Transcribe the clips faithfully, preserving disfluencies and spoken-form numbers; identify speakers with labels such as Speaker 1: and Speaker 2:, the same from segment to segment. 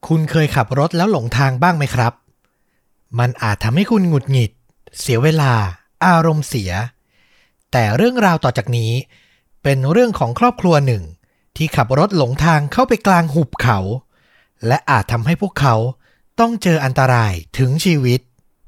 Speaker 1: คุณเคยขับรถแล้วหลงทางบ้างไหมครับมันอาจทำให้คุณหงุดหงิดเสียเวลาอารมณ์เสียแต่เรื่องราวต่อจากนี้เป็นเรื่องของครอบครัวหนึ่งที่ขับรถหลงทางเข้าไปกลางหุบเขาและอาจทำให้พวกเขาต้องเจออันตรายถึงชีวิต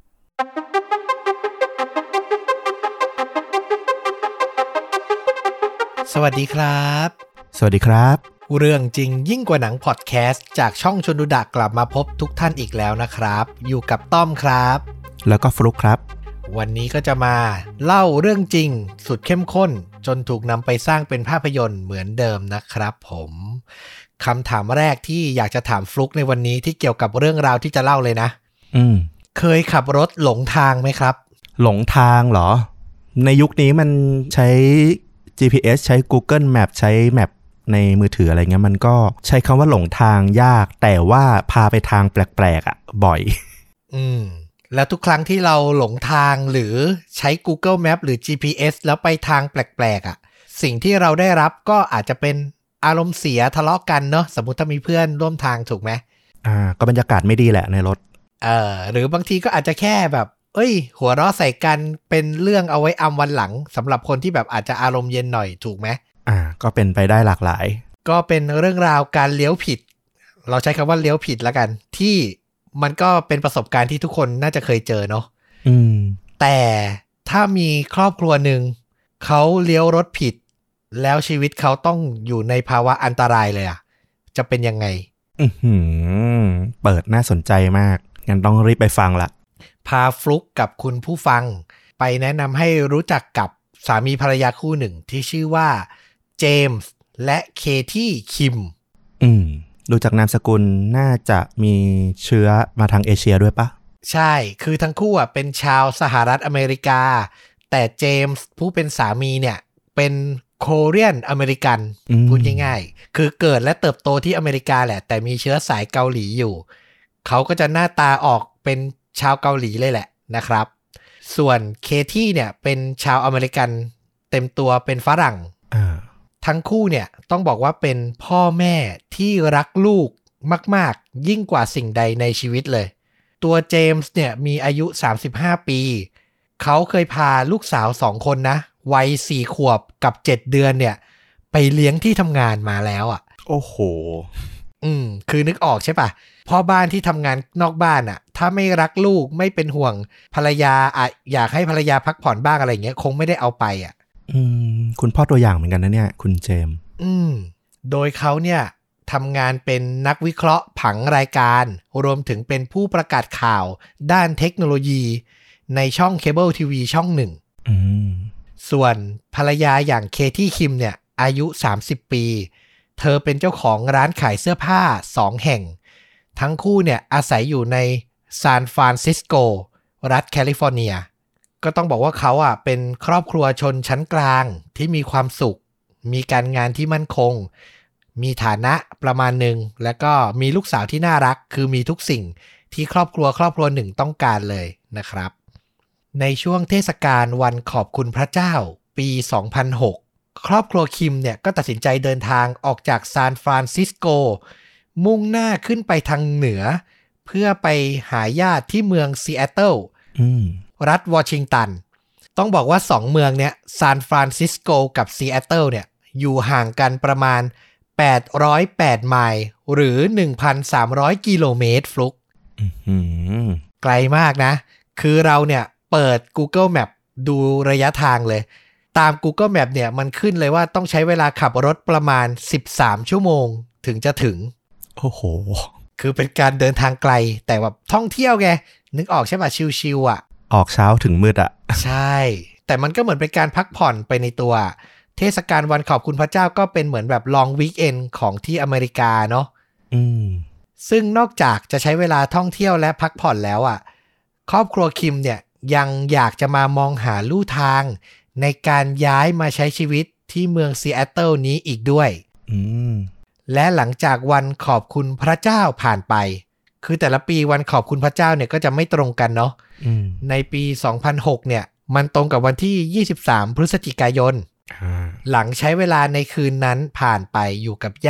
Speaker 1: สวัสดีครับ
Speaker 2: สวัสดีครับ
Speaker 1: เรื่องจริงยิ่งกว่าหนังพอดแคสต์จากช่องชวนดูดะกลับมาพบทุกท่านอีกแล้วนะครับอยู่กับต้อมครับ
Speaker 2: แล้วก็ฟลุ๊กครับ
Speaker 1: วันนี้ก็จะมาเล่าเรื่องจริงสุดเข้มข้นจนถูกนำไปสร้างเป็นภาพยนตร์เหมือนเดิมนะครับผมคำถามแรกที่อยากจะถามฟลุ๊กในวันนี้ที่เกี่ยวกับเรื่องราวที่จะเล่าเลยนะ
Speaker 2: อืม
Speaker 1: เคยขับรถหลงทางไหมครับ
Speaker 2: หลงทางเหรอในยุคนี้มันใช้ จี พี เอส ใช้ Google Map ใช้แมปในมือถืออะไรเงี้ยมันก็ใช้คำว่าหลงทางยากแต่ว่าพาไปทางแปลกๆอ่ะบ่อย
Speaker 1: อืมแล้วทุกครั้งที่เราหลงทางหรือใช้ Google Map หรือ จี พี เอส แล้วไปทางแปลกๆอ่ะสิ่งที่เราได้รับก็อาจจะเป็นอารมณ์เสียทะเลาะกันเนาะสมมุติถ้ามีเพื่อนร่วมทางถูกไหม
Speaker 2: อ่าก็บรรยากาศไม่ดีแหละในรถ
Speaker 1: เออหรือบางทีก็อาจจะแค่แบบเอ้ยหัวเราะใส่กันเป็นเรื่องเอาไว้อำวันหลังสำหรับคนที่แบบอาจจะอารมณ์เย็นหน่อยถูกไหม
Speaker 2: อ่าก็เป็นไปได้หลากหลาย
Speaker 1: ก็เป็นเรื่องราวการเลี้ยวผิดเราใช้คำว่าเลี้ยวผิดแล้วกันที่มันก็เป็นประสบการณ์ที่ทุกคนน่าจะเคยเจอเนาะ
Speaker 2: อืม
Speaker 1: แต่ถ้ามีครอบครัวหนึ่งเขาเลี้ยวรถผิดแล้วชีวิตเขาต้องอยู่ในภาวะอันตรายเลยอ่ะจะเป็นยังไง
Speaker 2: อือหือเปิดน่าสนใจมากงั้นต้องรีบไปฟังละ
Speaker 1: พาฟลุกกับคุณผู้ฟังไปแนะนำให้รู้จักกับสามีภรรยาคู่หนึ่งที่ชื่อว่าเจมส์และเคที่คิม
Speaker 2: อืมดูจากนามสกุลน่าจะมีเชื้อมาทางเอเชียด้วยปะ
Speaker 1: ใช่คือทั้งคู่อ่ะเป็นชาวสหรัฐอเมริกาแต่เจมส์ผู้เป็นสามีเนี่ยเป็นโคเรียนอเมริกันพูดง่ายๆคือเกิดและเติบโตที่อเมริกาแหละแต่มีเชื้อสายเกาหลีอยู่เขาก็จะหน้าตาออกเป็นชาวเกาหลีเลยแหละนะครับส่วนเคที่เนี่ยเป็นชาวอเมริกันเต็มตัวเป็นฝรั่งทั้งคู่เนี่ยต้องบอกว่าเป็นพ่อแม่ที่รักลูกมากๆยิ่งกว่าสิ่งใดในชีวิตเลยตัวเจมส์เนี่ยมีอายุสามสิบห้าปีเขาเคยพาลูกสาวสองคนนะวัยสี่ขวบกับเจ็ดเดือนเนี่ยไปเลี้ยงที่ทำงานมาแล้วอ่ะ
Speaker 2: โอ้โห
Speaker 1: อืมคือนึกออกใช่ปะพ่อบ้านที่ทำงานนอกบ้านอ่ะถ้าไม่รักลูกไม่เป็นห่วงภรรยาอ่ะอยากให้ภรรยาพักผ่อนบ้างอะไรเงี้ยคงไม่ได้เอาไปอ่ะ
Speaker 2: อืมคุณพ่อตัวอย่างเหมือนกันนะเนี่ยคุณเจมส์
Speaker 1: อืมโดยเขาเนี่ยทำงานเป็นนักวิเคราะห์ผังรายการรวมถึงเป็นผู้ประกาศข่าวด้านเทคโนโลยีในช่องเคเบิลทีวีช่องหนึ่ง
Speaker 2: อืม
Speaker 1: ส่วนภรรยาอย่างเคที่คิมเนี่ยอายุสามสิบปีเธอเป็นเจ้าของร้านขายเสื้อผ้าสองแห่งทั้งคู่เนี่ยอาศัยอยู่ในซานฟรานซิสโกรัฐแคลิฟอร์เนียก็ต้องบอกว่าเขาอ่ะเป็นครอบครัวชนชั้นกลางที่มีความสุขมีการงานที่มั่นคงมีฐานะประมาณหนึ่งแล้วก็มีลูกสาวที่น่ารักคือมีทุกสิ่งที่ครอบครัวครอบครัวหนึ่งต้องการเลยนะครับในช่วงเทศกาลวันขอบคุณพระเจ้าปีสองพันหกครอบครัวคิมเนี่ยก็ตัดสินใจเดินทางออกจากซานฟรานซิสโกมุ่งหน้าขึ้นไปทางเหนือเพื่อไปหาญาติที่เมืองซีแอตเทิลรัฐวอชิงตันต้องบอกว่าสองเมืองเนี้ยซานฟรานซิสโกกับซีแอตเทิลเนี่ยอยู่ห่างกันประมาณแปดร้อยแปดไมล์หรือ หนึ่งพันสามร้อย กิโลเมตรฟลุกไกลมากนะคือเราเนี่ยเปิด Google Map ดูระยะทางเลยตาม Google Map เนี่ยมันขึ้นเลยว่าต้องใช้เวลาขับรถประมาณสิบสามชั่วโมงถึงจะถึง
Speaker 2: โอ้โห
Speaker 1: คือเป็นการเดินทางไกลแต่แบบท่องเที่ยวไงนึกออกใช่ป่ะชิลๆอ่ะ
Speaker 2: ออกเช้าถึงมืดอ่ะ
Speaker 1: ใช่แต่มันก็เหมือนเป็นการพักผ่อนไปในตัวเทศกาลวันขอบคุณพระเจ้าก็เป็นเหมือนแบบลองวีคเอนด์ของที่อเมริกาเนาะ
Speaker 2: อืม
Speaker 1: ซึ่งนอกจากจะใช้เวลาท่องเที่ยวและพักผ่อนแล้วอ่ะครอบครัวคิมเนี่ยยังอยากจะมามองหาลู่ทางในการย้ายมาใช้ชีวิตที่เมืองซีแอตเทิลนี้อีกด้วย
Speaker 2: อืม
Speaker 1: และหลังจากวันขอบคุณพระเจ้าผ่านไปคือแต่ละปีวันขอบคุณพระเจ้าเนี่ยก็จะไม่ตรงกันเนาะในปีสองพันหกเนี่ยมันตรงกับวันที่ยี่สิบสามพฤศจิกายนหลังใช้เวลาในคืนนั้นผ่านไปอยู่กับญาติ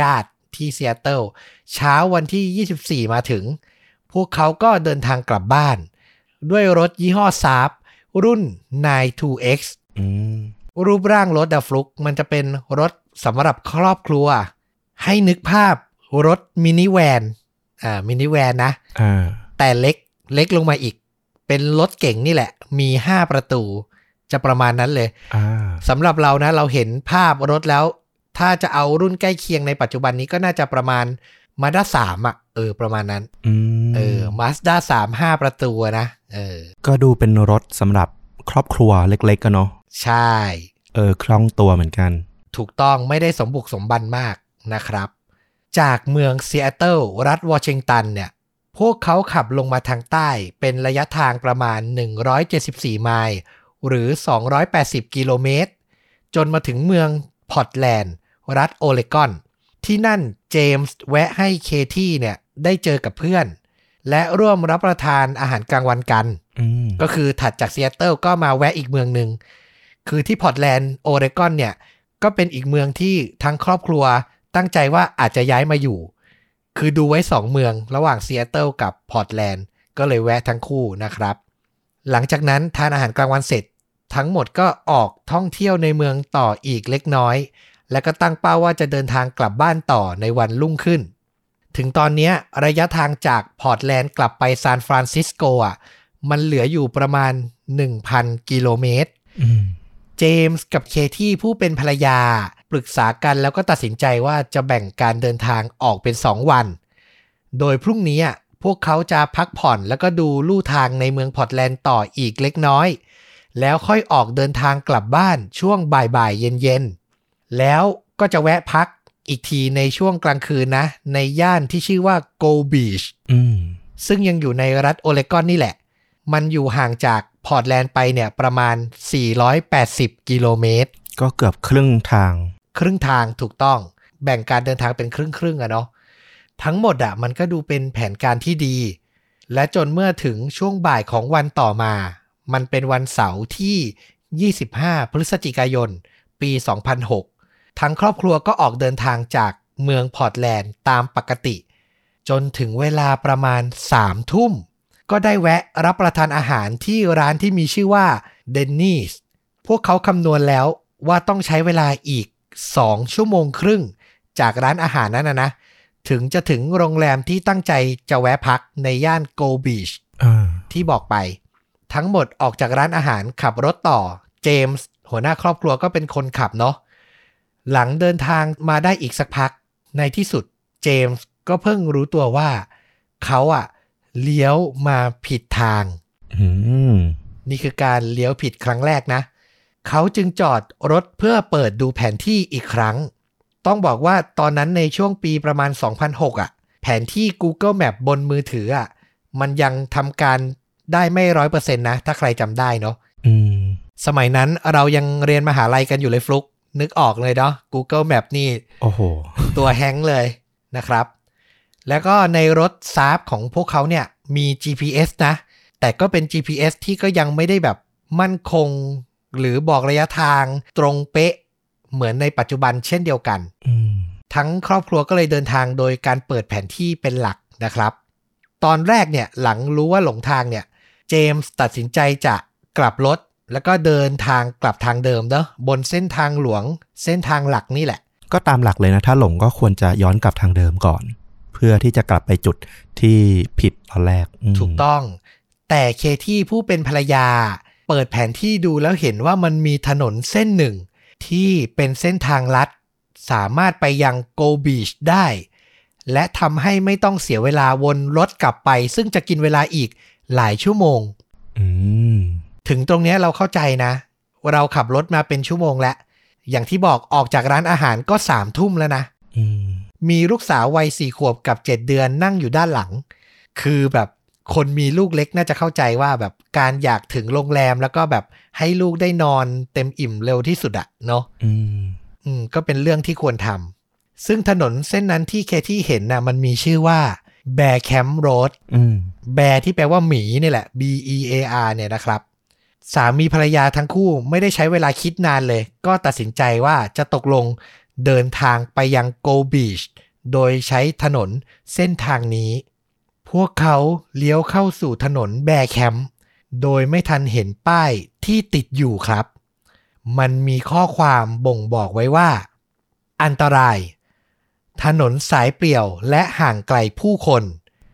Speaker 1: ที่ซีแอตเทิลเช้าวันที่ยี่สิบสี่มาถึงพวกเขาก็เดินทางกลับบ้านด้วยรถยี่ห้อ Saab รุ่น ไนน์ ทู เอ็กซ์
Speaker 2: อืม
Speaker 1: รูปร่างรถอะฟลุกมันจะเป็นรถสำหรับครอบครัวให้นึกภาพรถมินิแวนอ่ามินิแวนนะ
Speaker 2: อ่า
Speaker 1: แต่เล็กเล็กลงมาอีกเป็นรถเก๋งนี่แหละมีห้าประตูจะประมาณนั้นเลย
Speaker 2: อ่า
Speaker 1: สำหรับเรานะเราเห็นภาพรถแล้วถ้าจะเอารุ่นใกล้เคียงในปัจจุบันนี้ก็น่าจะประมาณ Mazda สามอ่ะเออประมาณนั้น
Speaker 2: อืม
Speaker 1: เออ Mazda สาม ห้าประตูนะเออ
Speaker 2: ก็ดูเป็นรถสำหรับครอบครัวเล็กๆกันเนาะ
Speaker 1: ใช่
Speaker 2: เออคล่องตัวเหมือนกัน
Speaker 1: ถูกต้องไม่ได้สมบุกสมบันมากนะครับจากเมืองซีแอตเทิลรัฐวอชิงตันเนี่ยพวกเขาขับลงมาทางใต้เป็นระยะทางประมาณหนึ่งร้อยเจ็ดสิบสี่ไมล์หรือสองร้อยแปดสิบกิโลเมตรจนมาถึงเมืองพอร์ตแลนด์รัฐโอเรกอนที่นั่นเจมส์แวะให้เคที่เนี่ยได้เจอกับเพื่อนและร่วมรับประทานอาหารกลางวันกันก็คือถัดจากซีแอตเทิลก็มาแวะอีกเมืองหนึ่งคือที่พอร์ตแลนด์โอเรกอนเนี่ยก็เป็นอีกเมืองที่ทั้งครอบครัวตั้งใจว่าอาจจะย้ายมาอยู่คือดูไว้สองเมืองระหว่างซีแอตเทิลกับพอร์ตแลนด์ก็เลยแวะทั้งคู่นะครับหลังจากนั้นทานอาหารกลางวันเสร็จทั้งหมดก็ออกท่องเที่ยวในเมืองต่ออีกเล็กน้อยและก็ตั้งเป้าว่าจะเดินทางกลับบ้านต่อในวันรุ่งขึ้นถึงตอนนี้ระยะทางจากพอร์ตแลนด์กลับไปซานฟรานซิสโกอ่ะมันเหลืออยู่ประมาณ หนึ่งพัน กิโลเมตรเจมส์กับเคที่ผู้เป็นภรรยาปรึกษากันแล้วก็ตัดสินใจว่าจะแบ่งการเดินทางออกเป็นสองวันโดยพรุ่งนี้พวกเขาจะพักผ่อนแล้วก็ดูลู่ทางในเมืองพอร์ตแลนด์ต่ออีกเล็กน้อยแล้วค่อยออกเดินทางกลับบ้านช่วงบ่ายๆเย็นๆแล้วก็จะแวะพักอีกทีในช่วงกลางคืนนะในย่านที่ชื่อว่าโกลบีชซึ่งยังอยู่ในรัฐโอเรกอนนี่แหละมันอยู่ห่างจากพอร์ตแลนด์ไปเนี่ยประมาณสี่ร้อยแปดสิบกิโลเมตร
Speaker 2: ก็เกือบครึ่งทาง
Speaker 1: ครึ่งทางถูกต้องแบ่งการเดินทางเป็นครึ่งๆอะเนาะทั้งหมดอะมันก็ดูเป็นแผนการที่ดีและจนเมื่อถึงช่วงบ่ายของวันต่อมามันเป็นวันเสาร์ที่ยี่สิบห้าพฤศจิกายนปีสองพันหกทั้งครอบครัวก็ออกเดินทางจากเมืองพอร์ตแลนด์ตามปกติจนถึงเวลาประมาณสามทุ่มก็ได้แวะรับประทานอาหารที่ร้านที่มีชื่อว่าเดนนิสพวกเขาคำนวณแล้วว่าต้องใช้เวลาอีกสองชั่วโมงครึ่งจากร้านอาหารนั้นนะนะถึงจะถึงโรงแรมที่ตั้งใจจะแวะพักในย่านโกลบีชที่บอกไปทั้งหมดออกจากร้านอาหารขับรถต่อเจมส์หัวหน้าครอบครัวก็เป็นคนขับเนาะหลังเดินทางมาได้อีกสักพักในที่สุดเจมส์ก็เพิ่งรู้ตัวว่าเขาอะเลี้ยวมาผิดทาง นี่คือการเลี้ยวผิดครั้งแรกนะเขาจึงจอดรถเพื่อเปิดดูแผนที่อีกครั้งต้องบอกว่าตอนนั้นในช่วงปีประมาณสองพันหกอ่ะแผนที่ Google Map บนมือถืออ่ะมันยังทำการได้ไม่ ร้อยเปอร์เซ็นต์ นะถ้าใครจำได้เนาะสมัยนั้นเรายังเรียนมหาลัยกันอยู่เลยฟลุกนึกออกเลยเนาะ Google Map นี่
Speaker 2: โอ้โห
Speaker 1: ตัวแฮงค์เลยนะครับแล้วก็ในรถ Saab ของพวกเขาเนี่ยมี จี พี เอส นะแต่ก็เป็น จี พี เอส ที่ก็ยังไม่ได้แบบมั่นคงหรือบอกระยะทางตรงเป๊ะเหมือนในปัจจุบันเช่นเดียวกันทั้งครอบครัวก็เลยเดินทางโดยการเปิดแผนที่เป็นหลักนะครับตอนแรกเนี่ยหลังรู้ว่าหลงทางเนี่ยเจมส์ตัดสินใจจะกลับรถแล้วก็เดินทางกลับทางเดิมเนาะบนเส้นทางหลวงเส้นทางหลักนี่แหละ
Speaker 2: ก็ตามหลักเลยนะถ้าหลงก็ควรจะย้อนกลับทางเดิมก่อนเพื่อที่จะกลับไปจุดที่ผิดตอนแรก
Speaker 1: ถูกต้องแต่เคที่ผู้เป็นภรรยาเปิดแผนที่ดูแล้วเห็นว่ามันมีถนนเส้นหนึ่งที่เป็นเส้นทางลัดสามารถไปยังโกลบีชได้และทำให้ไม่ต้องเสียเวลาวนรถกลับไปซึ่งจะกินเวลาอีกหลายชั่วโมงถึงตรงนี้เราเข้าใจนะเราขับรถมาเป็นชั่วโมงแล้วอย่างที่บอกออกจากร้านอาหารก็สามทุ่มแล้วนะมีลูกสาววัยสี่ขวบกับเจ็ดเดือนนั่งอยู่ด้านหลังคือแบบคนมีลูกเล็กน่าจะเข้าใจว่าแบบการอยากถึงโรงแรมแล้วก็แบบให้ลูกได้นอนเต็มอิ่มเร็วที่สุดอะเนาะอืมอืมก็เป็นเรื่องที่ควรทำซึ่งถนนเส้นนั้นที่เคที่เห็นนะมันมีชื่อว่า Bear Camp Road อืม Bear ที่แปลว่าหมีนี่แหละ B E A R เนี่ยนะครับสามีภรรยาทั้งคู่ไม่ได้ใช้เวลาคิดนานเลยก็ตัดสินใจว่าจะตกลงเดินทางไปยังโกลบีชโดยใช้ถนนเส้นทางนี้พวกเขาเลี้ยวเข้าสู่ถนนแบร์แคมป์โดยไม่ทันเห็นป้ายที่ติดอยู่ครับมันมีข้อความบ่งบอกไว้ว่าอันตรายถนนสายเปลี่ยวและห่างไกลผู้คน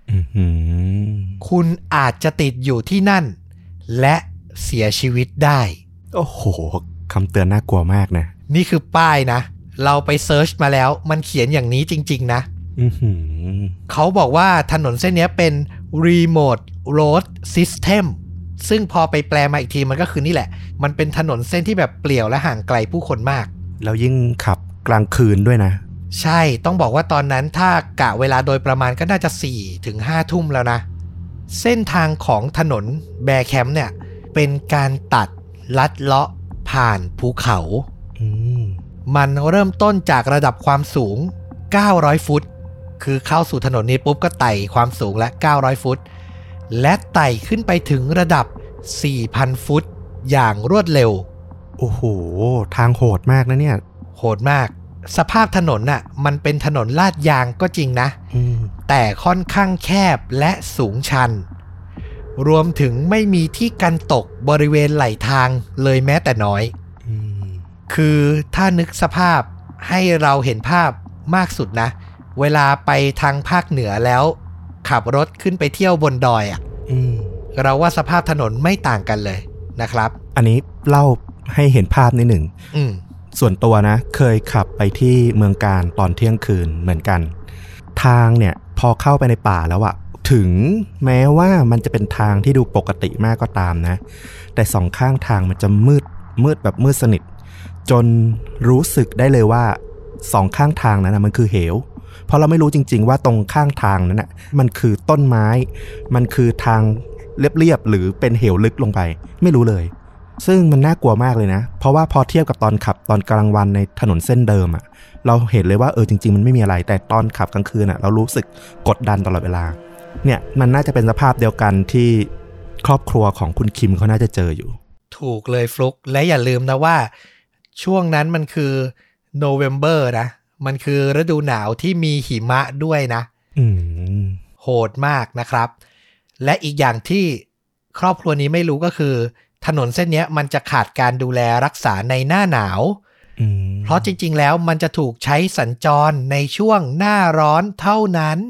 Speaker 1: คุณอาจจะติดอยู่ที่นั่นและเสียชีวิตได้
Speaker 2: โอ้โหคำเตือนน่ากลัวมากนะ
Speaker 1: นี่คือป้ายนะเราไปเซิร์ชมาแล้วมันเขียนอย่างนี้จริงๆนะเขาบอกว่าถนนเส้นนี้เป็น Remote Road System ซึ่งพอไปแปลมาอีกทีมันก็คือนี่แหละมันเป็นถนนเส้นที่แบบเปลี่ยวและห่างไกลผู้คนมาก
Speaker 2: แล้วยิ่งขับกลางคืนด้วยนะ
Speaker 1: ใช่ต้องบอกว่าตอนนั้นถ้ากะเวลาโดยประมาณก็น่าจะ สี่ถึงห้า ทุ่มแล้วนะเส้นทางของถนนแบร์แคมป์เนี่ยเป็นการตัดลัดเลาะผ่านภูเขามันเริ่มต้นจากระดับความสูงเก้าร้อยฟุตคือเข้าสู่ถนนนี้ปุ๊บก็ไต่ความสูงและเก้าร้อยฟุตและไต่ขึ้นไปถึงระดับ สี่พัน ฟุตอย่างรวดเร็ว
Speaker 2: โอ้โหทางโหดมากนะเนี่ย
Speaker 1: โหดมากสภาพถนนน่ะมันเป็นถนนลาดยางก็จริงนะแต่ค่อนข้างแคบและสูงชันรวมถึงไม่มีที่กันตกบริเวณไหลทางเลยแม้แต่น้อยคือถ้านึกสภาพให้เราเห็นภาพมากสุดนะเวลาไปทางภาคเหนือแล้วขับรถขึ้นไปเที่ยวบนดอยอ่ะเราว่าสภาพถนนไม่ต่างกันเลยนะครับ
Speaker 2: อันนี้เล่าให้เห็นภาพนิดหนึ่งส่วนตัวนะเคยขับไปที่เมืองการตอนเที่ยงคืนเหมือนกันทางเนี่ยพอเข้าไปในป่าแล้วอะถึงแม้ว่ามันจะเป็นทางที่ดูปกติมากก็ตามนะแต่สองข้างทางมันจะมืดมืดแบบมืดสนิทจนรู้สึกได้เลยว่าสองข้างทางนั้นนะมันคือเหวเพราะเราไม่รู้จริงๆว่าตรงข้างทางนั้นนะมันคือต้นไม้มันคือทางเรียบๆหรือเป็นเหวลึกลงไปไม่รู้เลยซึ่งมันน่ากลัวมากเลยนะเพราะว่าพอเทียบกับตอนขับตอนกลางวันในถนนเส้นเดิมอะเราเห็นเลยว่าเออจริงๆมันไม่มีอะไรแต่ตอนขับกลางคืนอะเรารู้สึกกดดันตลอดเวลาเนี่ยมันน่าจะเป็นสภาพเดียวกันที่ครอบครัวของคุณคิมเขาน่าจะเจออยู่
Speaker 1: ถูกเลยฟลุกและอย่าลืมนะว่าช่วงนั้นมันคือโนเวมเบอร์นะมันคือฤดูหนาวที่มีหิมะด้วยนะโหดมากนะครับและอีกอย่างที่ครอบครัวนี้ไม่รู้ก็คือถนนเส้นนี้มันจะขาดการดูแลรักษาในหน้าหนาวเพราะจริงๆแล้วมันจะถูกใช้สัญจรในช่วงหน้าร้อนเท่านั้น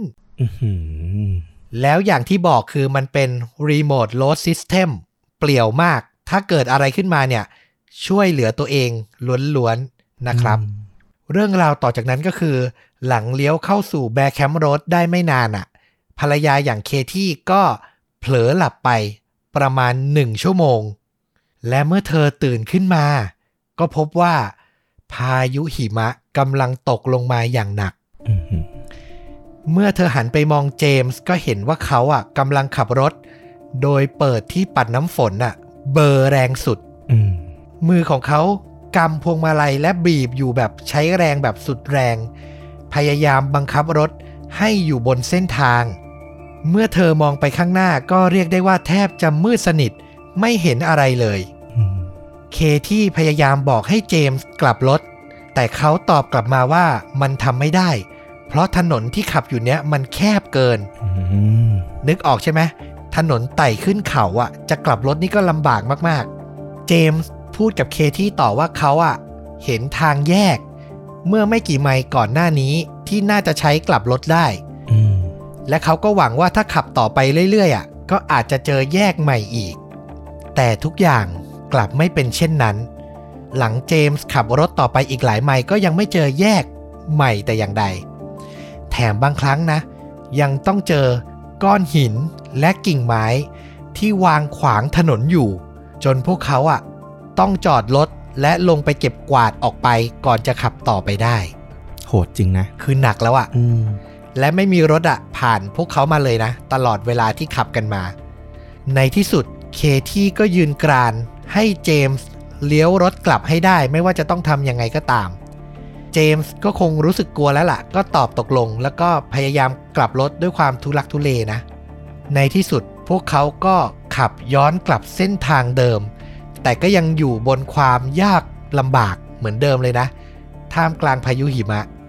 Speaker 1: แล้วอย่างที่บอกคือมันเป็น Remote Road System เปลี่ยวมากถ้าเกิดอะไรขึ้นมาเนี่ยช่วยเหลือตัวเองล้วนๆนะครับเรื่องราวต่อจากนั้นก็คือหลังเลี้ยวเข้าสู่แบร์แคมป์โรดได้ไม่นานอ่ะภรรยาอย่างเคที่ก็เผลอหลับไปประมาณหนึ่งชั่วโมงและเมื่อเธอตื่นขึ้นมาก็พบว่าพายุหิมะกำลังตกลงมาอย่างหนัก เมื่อเธอหันไปมองเจมส์ก็เห็นว่าเขาอ่ะกำลังขับรถโดยเปิดที่ปัดน้ำฝนอ่ะเบอร์แรงสุดมือของเขากำพวงมาลัยและบีบอยู่แบบใช้แรงแบบสุดแรงพยายามบังคับรถให้อยู่บนเส้นทางเมื่อเธอมองไปข้างหน้าก็เรียกได้ว่าแทบจะมืดสนิทไม่เห็นอะไรเลยเคที่พยายามบอกให้เจมส์กลับรถแต่เขาตอบกลับมาว่ามันทำไม่ได้เพราะถนนที่ขับอยู่เนี้ยมันแคบเกินนึกออกใช่ไหมถนนไต่ขึ้นเขาอ่ะจะกลับรถนี่ก็ลำบากมากๆเจมส์พูดกับเคที่ต่อว่าเขาอ่ะเห็นทางแยกเมื่อไม่กี่ไมล์ก่อนหน้านี้ที่น่าจะใช้กลับรถได้และเขาก็หวังว่าถ้าขับต่อไปเรื่อยๆอ่ะก็อาจจะเจอแยกใหม่อีกแต่ทุกอย่างกลับไม่เป็นเช่นนั้นหลังเจมส์ขับรถต่อไปอีกหลายไมล์ก็ยังไม่เจอแยกใหม่แต่อย่างใดแถมบางครั้งนะยังต้องเจอก้อนหินและกิ่งไม้ที่วางขวางถนนอยู่จนพวกเขาอ่ะต้องจอดรถและลงไปเก็บกวาดออกไปก่อนจะขับต่อไปได้
Speaker 2: โหดจริงนะ
Speaker 1: คือหนักแล้วอ่ะและไม่มีรถอ่ะผ่านพวกเขามาเลยนะตลอดเวลาที่ขับกันมาในที่สุดเคที่ก็ยืนกรานให้เจมส์เลี้ยวรถกลับให้ได้ไม่ว่าจะต้องทำยังไงก็ตามเจมส์ก็คงรู้สึกกลัวแล้วล่ะก็ตอบตกลงแล้วก็พยายามกลับรถด้วยความทุลักทุเลนะในที่สุดพวกเขาก็ขับย้อนกลับเส้นทางเดิมแต่ก็ยังอยู่บนความยากลำบากเหมือนเดิมเลยนะท่ามกลางพายุหิมะ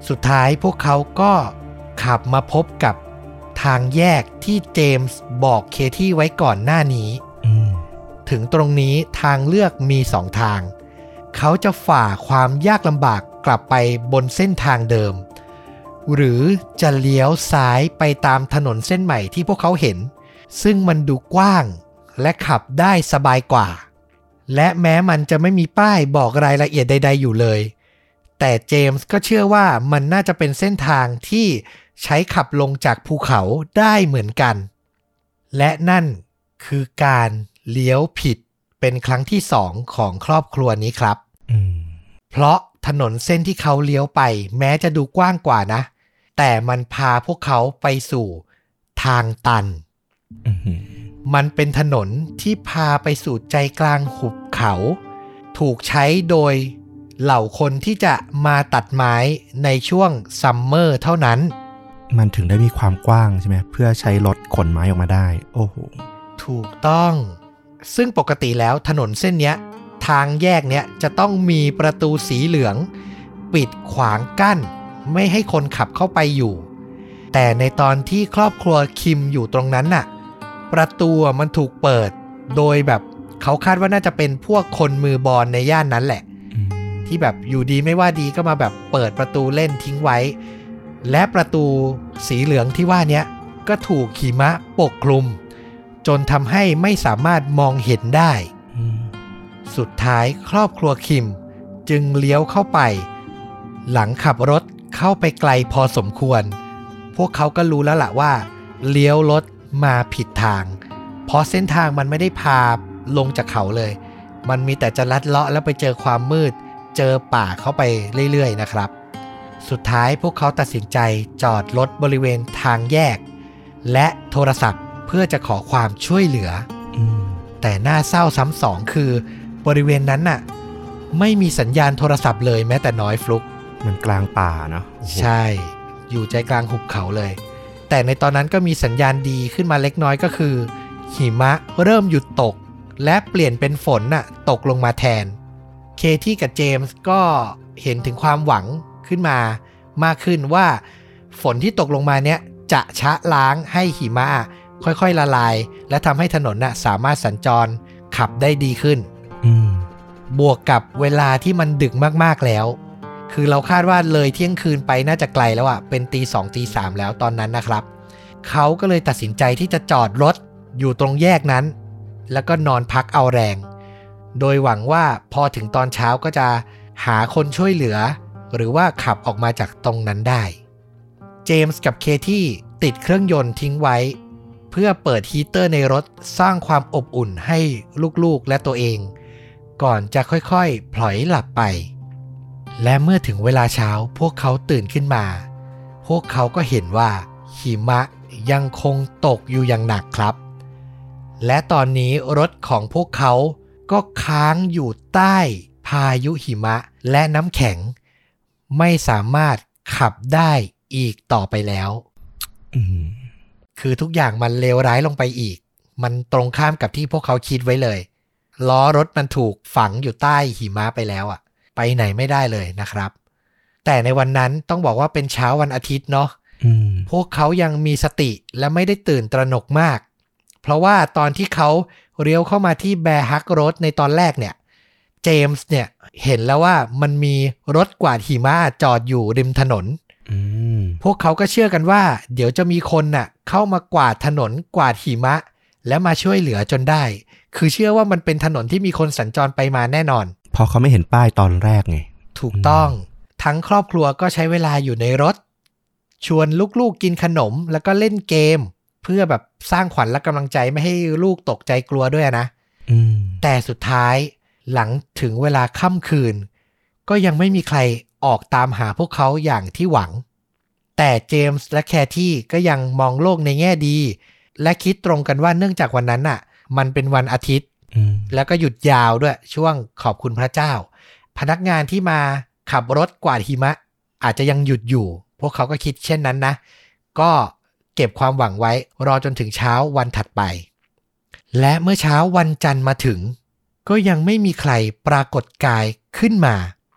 Speaker 1: สุดท้ายพวกเขาก็ขับมาพบกับทางแยกที่เจมส์บอกเคที่ไว้ก่อนหน้านี้ถึงตรงนี้ทางเลือกมีสองทางเขาจะฝ่าความยากลำบากกลับไปบนเส้นทางเดิมหรือจะเลี้ยวซ้ายไปตามถนนเส้นใหม่ที่พวกเขาเห็นซึ่งมันดูกว้างและขับได้สบายกว่าและแม้มันจะไม่มีป้ายบอกรายละเอียดใดๆอยู่เลยแต่เจมส์ก็เชื่อว่ามันน่าจะเป็นเส้นทางที่ใช้ขับลงจากภูเขาได้เหมือนกันและนั่นคือการเลี้ยวผิดเป็นครั้งที่สองของครอบครัวนี้ครับเพราะถนนเส้นที่เขาเลี้ยวไปแม้จะดูกว้างกว่านะแต่มันพาพวกเขาไปสู่ทางตันมันเป็นถนนที่พาไปสู่ใจกลางหุบเขาถูกใช้โดยเหล่าคนที่จะมาตัดไม้ในช่วงซัมเมอร์เท่านั้น
Speaker 2: มันถึงได้มีความกว้างใช่ไหมเพื่อใช้รถขนไม้ออกมาได้โอ้โห
Speaker 1: ถูกต้องซึ่งปกติแล้วถนนเส้นเนี้ยทางแยกเนี้ยจะต้องมีประตูสีเหลืองปิดขวางกั้นไม่ให้คนขับเข้าไปอยู่แต่ในตอนที่ครอบครัวคิมอยู่ตรงนั้นน่ะประตูมันถูกเปิดโดยแบบเขาคาดว่าน่าจะเป็นพวกคนมือบอลในย่านนั้นแหละที่แบบอยู่ดีไม่ว่าดีก็มาแบบเปิดประตูเล่นทิ้งไว้และประตูสีเหลืองที่ว่านี้ก็ถูกหิมะปกคลุมจนทำให้ไม่สามารถมองเห็นได้สุดท้ายครอบครัวคิมจึงเลี้ยวเข้าไปหลังขับรถเข้าไปไกลพอสมควรพวกเขาก็รู้แล้วล่ะว่าเลี้ยวรถมาผิดทางเพราะเส้นทางมันไม่ได้พาลงจากเขาเลยมันมีแต่จะลัดเลาะแล้วไปเจอความมืดเจอป่าเข้าไปเรื่อยๆนะครับสุดท้ายพวกเขาตัดสินใจจอดรถบริเวณทางแยกและโทรศัพท์เพื่อจะขอความช่วยเหลือแต่น่าเศร้าซ้ำสองคือบริเวณนั้นน่ะไม่มีสัญญาณโทรศัพท์เลยแม้แต่น้อยฟลุก
Speaker 2: มันกลางป่าเนาะ
Speaker 1: ใช่อยู่ใจกลางหุบเขาเลยแต่ในตอนนั้นก็มีสัญญาณดีขึ้นมาเล็กน้อยก็คือหิมะเริ่มหยุดตกและเปลี่ยนเป็นฝนน่ะตกลงมาแทนเคที่กับเจมส์ก็เห็นถึงความหวังขึ้นมามากขึ้นว่าฝนที่ตกลงมาเนี้ยจะชะล้างให้หิมะค่อยๆละลายและทำให้ถนนน่ะสามารถสัญจรขับได้ดีขึ้นบวกกับเวลาที่มันดึกมากๆแล้วคือเราคาดว่าเลยเที่ยงคืนไปน่าจะไกลแล้วอ่ะเป็นตีสองตีสามแล้วตอนนั้นนะครับเขาก็เลยตัดสินใจที่จะจอดรถอยู่ตรงแยกนั้นแล้วก็นอนพักเอาแรงโดยหวังว่าพอถึงตอนเช้าก็จะหาคนช่วยเหลือหรือว่าขับออกมาจากตรงนั้นได้เจมส์กับเคที่ติดเครื่องยนต์ทิ้งไว้เพื่อเปิดฮีเตอร์ในรถสร้างความอบอุ่นให้ลูกๆและตัวเองก่อนจะค่อยๆพลอยหลับไปและเมื่อถึงเวลาเช้าพวกเขาตื่นขึ้นมาพวกเขาก็เห็นว่าหิมะยังคงตกอยู่อย่างหนักครับและตอนนี้รถของพวกเขาก็ค้างอยู่ใต้พายุหิมะและน้ำแข็งไม่สามารถขับได้อีกต่อไปแล้วคือทุกอย่างมันเลวร้ายลงไปอีกมันตรงข้ามกับที่พวกเขาคิดไว้เลยล้อรถมันถูกฝังอยู่ใต้หิมะไปแล้วอ่ะไปไหนไม่ได้เลยนะครับแต่ในวันนั้นต้องบอกว่าเป็นเช้าวันอาทิตย์เนาะพวกเขายังมีสติและไม่ได้ตื่นตระหนกมากเพราะว่าตอนที่เขาเลี้ยวเข้ามาที่แบร์ฮักโรดในตอนแรกเนี่ยเจมส์เนี่ยเห็นแล้วว่ามันมีรถกวาดหิมะจอดอยู่ริมถนนพวกเขาก็เชื่อกันว่าเดี๋ยวจะมีคนน่ะเข้ามากวาดถนนกวาดหิมะและมาช่วยเหลือจนได้คือเชื่อว่ามันเป็นถนนที่มีคนสัญจรไปมาแน่นอน
Speaker 2: พอเขาไม่เห็นป้ายตอนแรกไง
Speaker 1: ถูกต้องทั้งครอบครัวก็ใช้เวลาอยู่ในรถชวนลูกๆกินขนมแล้วก็เล่นเกมเพื่อแบบสร้างขวัญและกำลังใจไม่ให้ลูกตกใจกลัวด้วยนะแต่สุดท้ายหลังถึงเวลาค่ำคืนก็ยังไม่มีใครออกตามหาพวกเขาอย่างที่หวังแต่เจมส์และแคที่ก็ยังมองโลกในแง่ดีและคิดตรงกันว่าเนื่องจากวันนั้นน่ะมันเป็นวันอาทิตย์แล้วก็หยุดยาวด้วยช่วงขอบคุณพระเจ้าพนักงานที่มาขับรถกวาดหิมะอาจจะยังหยุดอยู่พวกเขาก็คิดเช่นนั้นนะก็เก็บความหวังไว้รอจนถึงเช้าวันถัดไปและเมื่อเช้าวันจันทร์มาถึงก็ยังไม่มีใครปรากฏกายขึ้นมา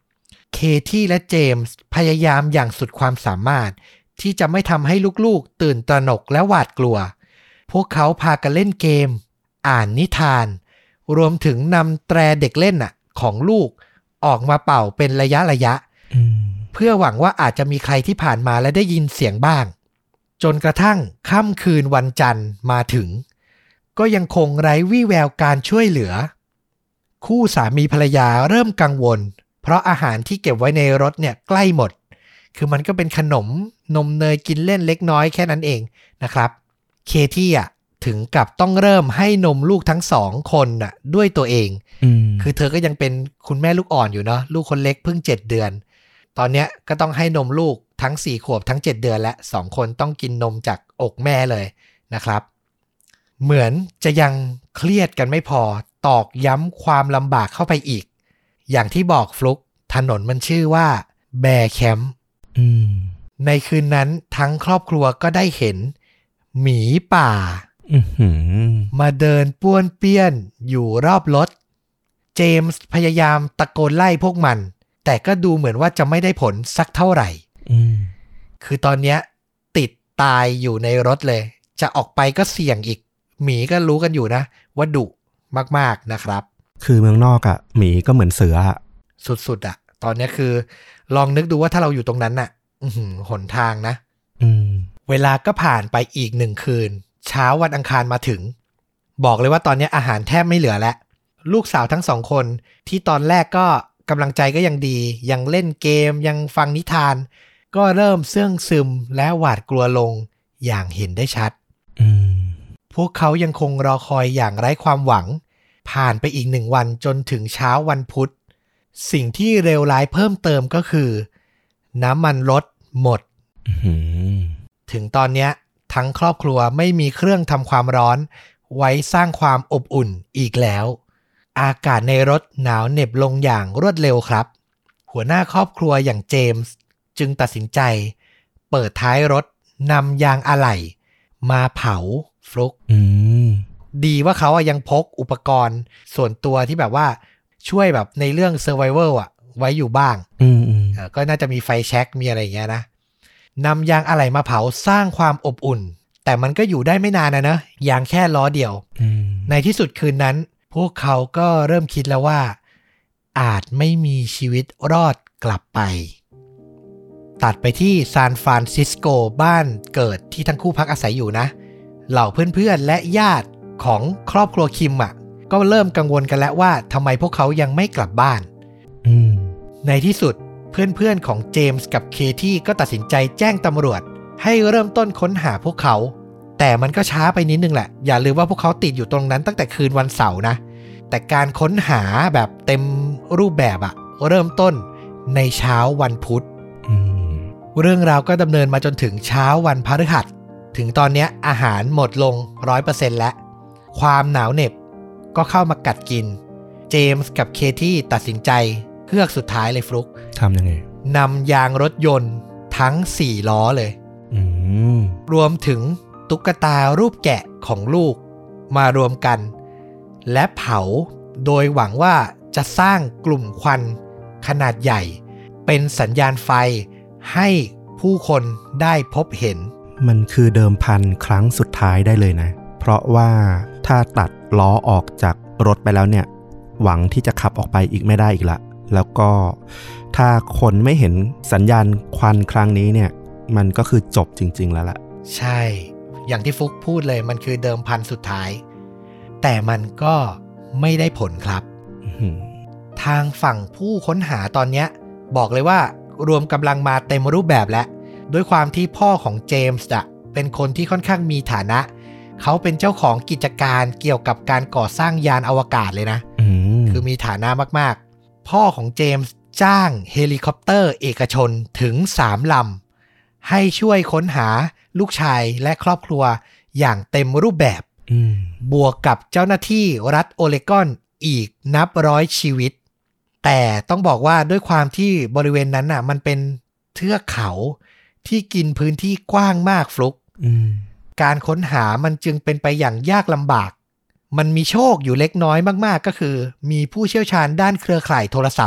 Speaker 1: เคที่และเจมส์พยายามอย่างสุดความสามารถที่จะไม่ทำให้ลูกๆตื่นตระหนกและหวาดกลัวพวกเขาพากันเล่นเกมอ่านนิทานรวมถึงนำแตรเด็กเล่นน่ะของลูกออกมาเป่าเป็นระยะระยะเพื่อหวังว่าอาจจะมีใครที่ผ่านมาและได้ยินเสียงบ้างจนกระทั่งค่ำคืนวันจันทร์มาถึงก็ยังคงไร้วี่แววการช่วยเหลือคู่สามีภรรยาเริ่มกังวลเพราะอาหารที่เก็บไว้ในรถเนี่ยใกล้หมดคือมันก็เป็นขนมนมเนยกินเล่นเล็กน้อยแค่นั้นเองนะครับเคที่อ่ะถึงกับต้องเริ่มให้นมลูกทั้งสองคนน่ะด้วยตัวเองคือเธอก็ยังเป็นคุณแม่ลูกอ่อนอยู่เนาะลูกคนเล็กเพิ่งเจ็ดเดือนตอนเนี้ยก็ต้องให้นมลูกทั้งสี่ขวบทั้งเจ็ดเดือนและสองคนต้องกินนมจากอกแม่เลยนะครับเหมือนจะยังเครียดกันไม่พอตอกย้ำความลำบากเข้าไปอีกอย่างที่บอกฟลุกถนนมันชื่อว่าแบร์แคมป์ในคืนนั้นทั้งครอบครัวก็ได้เห็นหมีป่ามาเดินป้วนเปี้ยนอยู่รอบรถเจมส์พยายามตะโกนไล่พวกมันแต่ก็ดูเหมือนว่าจะไม่ได้ผลสักเท่าไหร่คือตอนนี้ติดตายอยู่ในรถเลยจะออกไปก็เสี่ยงอีกหมีก็รู้กันอยู่นะว่าดุมากๆนะครับ
Speaker 2: คือเมืองนอกอ่ะหมีก็เหมือนเสืออ่ะ
Speaker 1: สุดๆอ่ะตอนนี้คือลองนึกดูว่าถ้าเราอยู่ตรงนั้นน่ะอื้อหือหนทางนะเวลาก็ผ่านไปอีกหนึ่งคืนเช้าวันอังคารมาถึงบอกเลยว่าตอนนี้อาหารแทบไม่เหลือแล้วลูกสาวทั้งสองคนที่ตอนแรกก็กำลังใจก็ยังดียังเล่นเกมยังฟังนิทานก็เริ่มเสื่องซึมและหวาดกลัวลงอย่างเห็นได้ชัดพวกเขายังคงรอคอยอย่างไร้ความหวังผ่านไปอีกหนึ่งวันจนถึงเช้าวันพุธสิ่งที่เลวร้ายเพิ่มเติมก็คือน้ำมันรถหมดถึงตอนนี้ทั้งครอบครัวไม่มีเครื่องทำความร้อนไว้สร้างความอบอุ่นอีกแล้วอากาศในรถหนาวเหน็บลงอย่างรวดเร็วครับหัวหน้าครอบครัวอย่างเจมส์จึงตัดสินใจเปิดท้ายรถนำยางอะไหล่มาเผาฟลุกดีว่าเขายังพกอุปกรณ์ส่วนตัวที่แบบว่าช่วยแบบในเรื่อง survival อ่ะไว้อยู่บ้างก็น่าจะมีไฟแช็กมีอะไรอย่างเงี้ยนะนำยางอะไหล่มาเผาสร้างความอบอุ่นแต่มันก็อยู่ได้ไม่นานนะเนอะยางแค่ล้อเดียวในที่สุดคืนนั้นพวกเขาก็เริ่มคิดแล้วว่าอาจไม่มีชีวิตรอดกลับไปตัดไปที่ซานฟรานซิสโกบ้านเกิดที่ทั้งคู่พักอาศัยอยู่นะเหล่าเพื่อนๆและญาติของครอบครัวคิมอ่ะก็เริ่มกังวลกันแล้วว่าทำไมพวกเขายังไม่กลับบ้านในที่สุดเพื่อนๆของเจมส์กับเคที่ก็ตัดสินใจแจ้งตำรวจให้เริ่มต้นค้นหาพวกเขาแต่มันก็ช้าไปนิดนึงแหละอย่าลืมว่าพวกเขาติดอยู่ตรงนั้นตั้งแต่คืนวันเสาร์นะแต่การค้นหาแบบเต็มรูปแบบอะเริ่มต้นในเช้าวันพุธเรื่องราวก็ดำเนินมาจนถึงเช้าวันพฤหัสถึงตอนนี้อาหารหมดลง ร้อยเปอร์เซ็นต์ แล้วความหนาวเหน็บก็เข้ามากัดกินเจมส์กับเคที่ตัดสินใจเฮือกสุดท้ายเลยฟลุก
Speaker 2: ทำยังไง
Speaker 1: นำยางรถยนต์ทั้งสี่ล้อเลยรวมถึงตุ๊กตารูปแกะของลูกมารวมกันและเผาโดยหวังว่าจะสร้างกลุ่มควันขนาดใหญ่เป็นสัญญาณไฟให้ผู้คนได้พบเห็น
Speaker 2: มันคือเดิมพันครั้งสุดท้ายได้เลยนะเพราะว่าถ้าตัดล้อออกจากรถไปแล้วเนี่ยหวังที่จะขับออกไปอีกไม่ได้อีกละแล้วก็ถ้าคนไม่เห็นสัญญาณควันครั้งนี้เนี่ยมันก็คือจบจริงๆแล้วล่ะ
Speaker 1: ใช่อย่างที่ฟุกพูดเลยมันคือเดิมพันสุดท้ายแต่มันก็ไม่ได้ผลครับทางฝั่งผู้ค้นหาตอนนี้บอกเลยว่ารวมกำลังมาเต็มรูปแบบแล้วด้วยความที่พ่อของเจมส์อะเป็นคนที่ค่อนข้างมีฐานะเขาเป็นเจ้าของกิจการเกี่ยวกับการก่อสร้างยานอวกาศเลยนะคือมีฐานะมากๆพ่อของเจมส์จ้างเฮลิคอปเตอร์เอกชนถึงสามลำให้ช่วยค้นหาลูกชายและครอบครัวอย่างเต็มรูปแบบบวกกับเจ้าหน้าที่รัฐโอเรกอนอีกนับร้อยชีวิตแต่ต้องบอกว่าด้วยความที่บริเวณนั้นน่ะมันเป็นเทือกเขาที่กินพื้นที่กว้างมากฟลุกการค้นหามันจึงเป็นไปอย่างยากลำบากมันมีโชคอยู่เล็กน้อยมากๆก็คือมีผู้เชี่ยวชาญด้านเครือข่ายโทรศัพท์อะ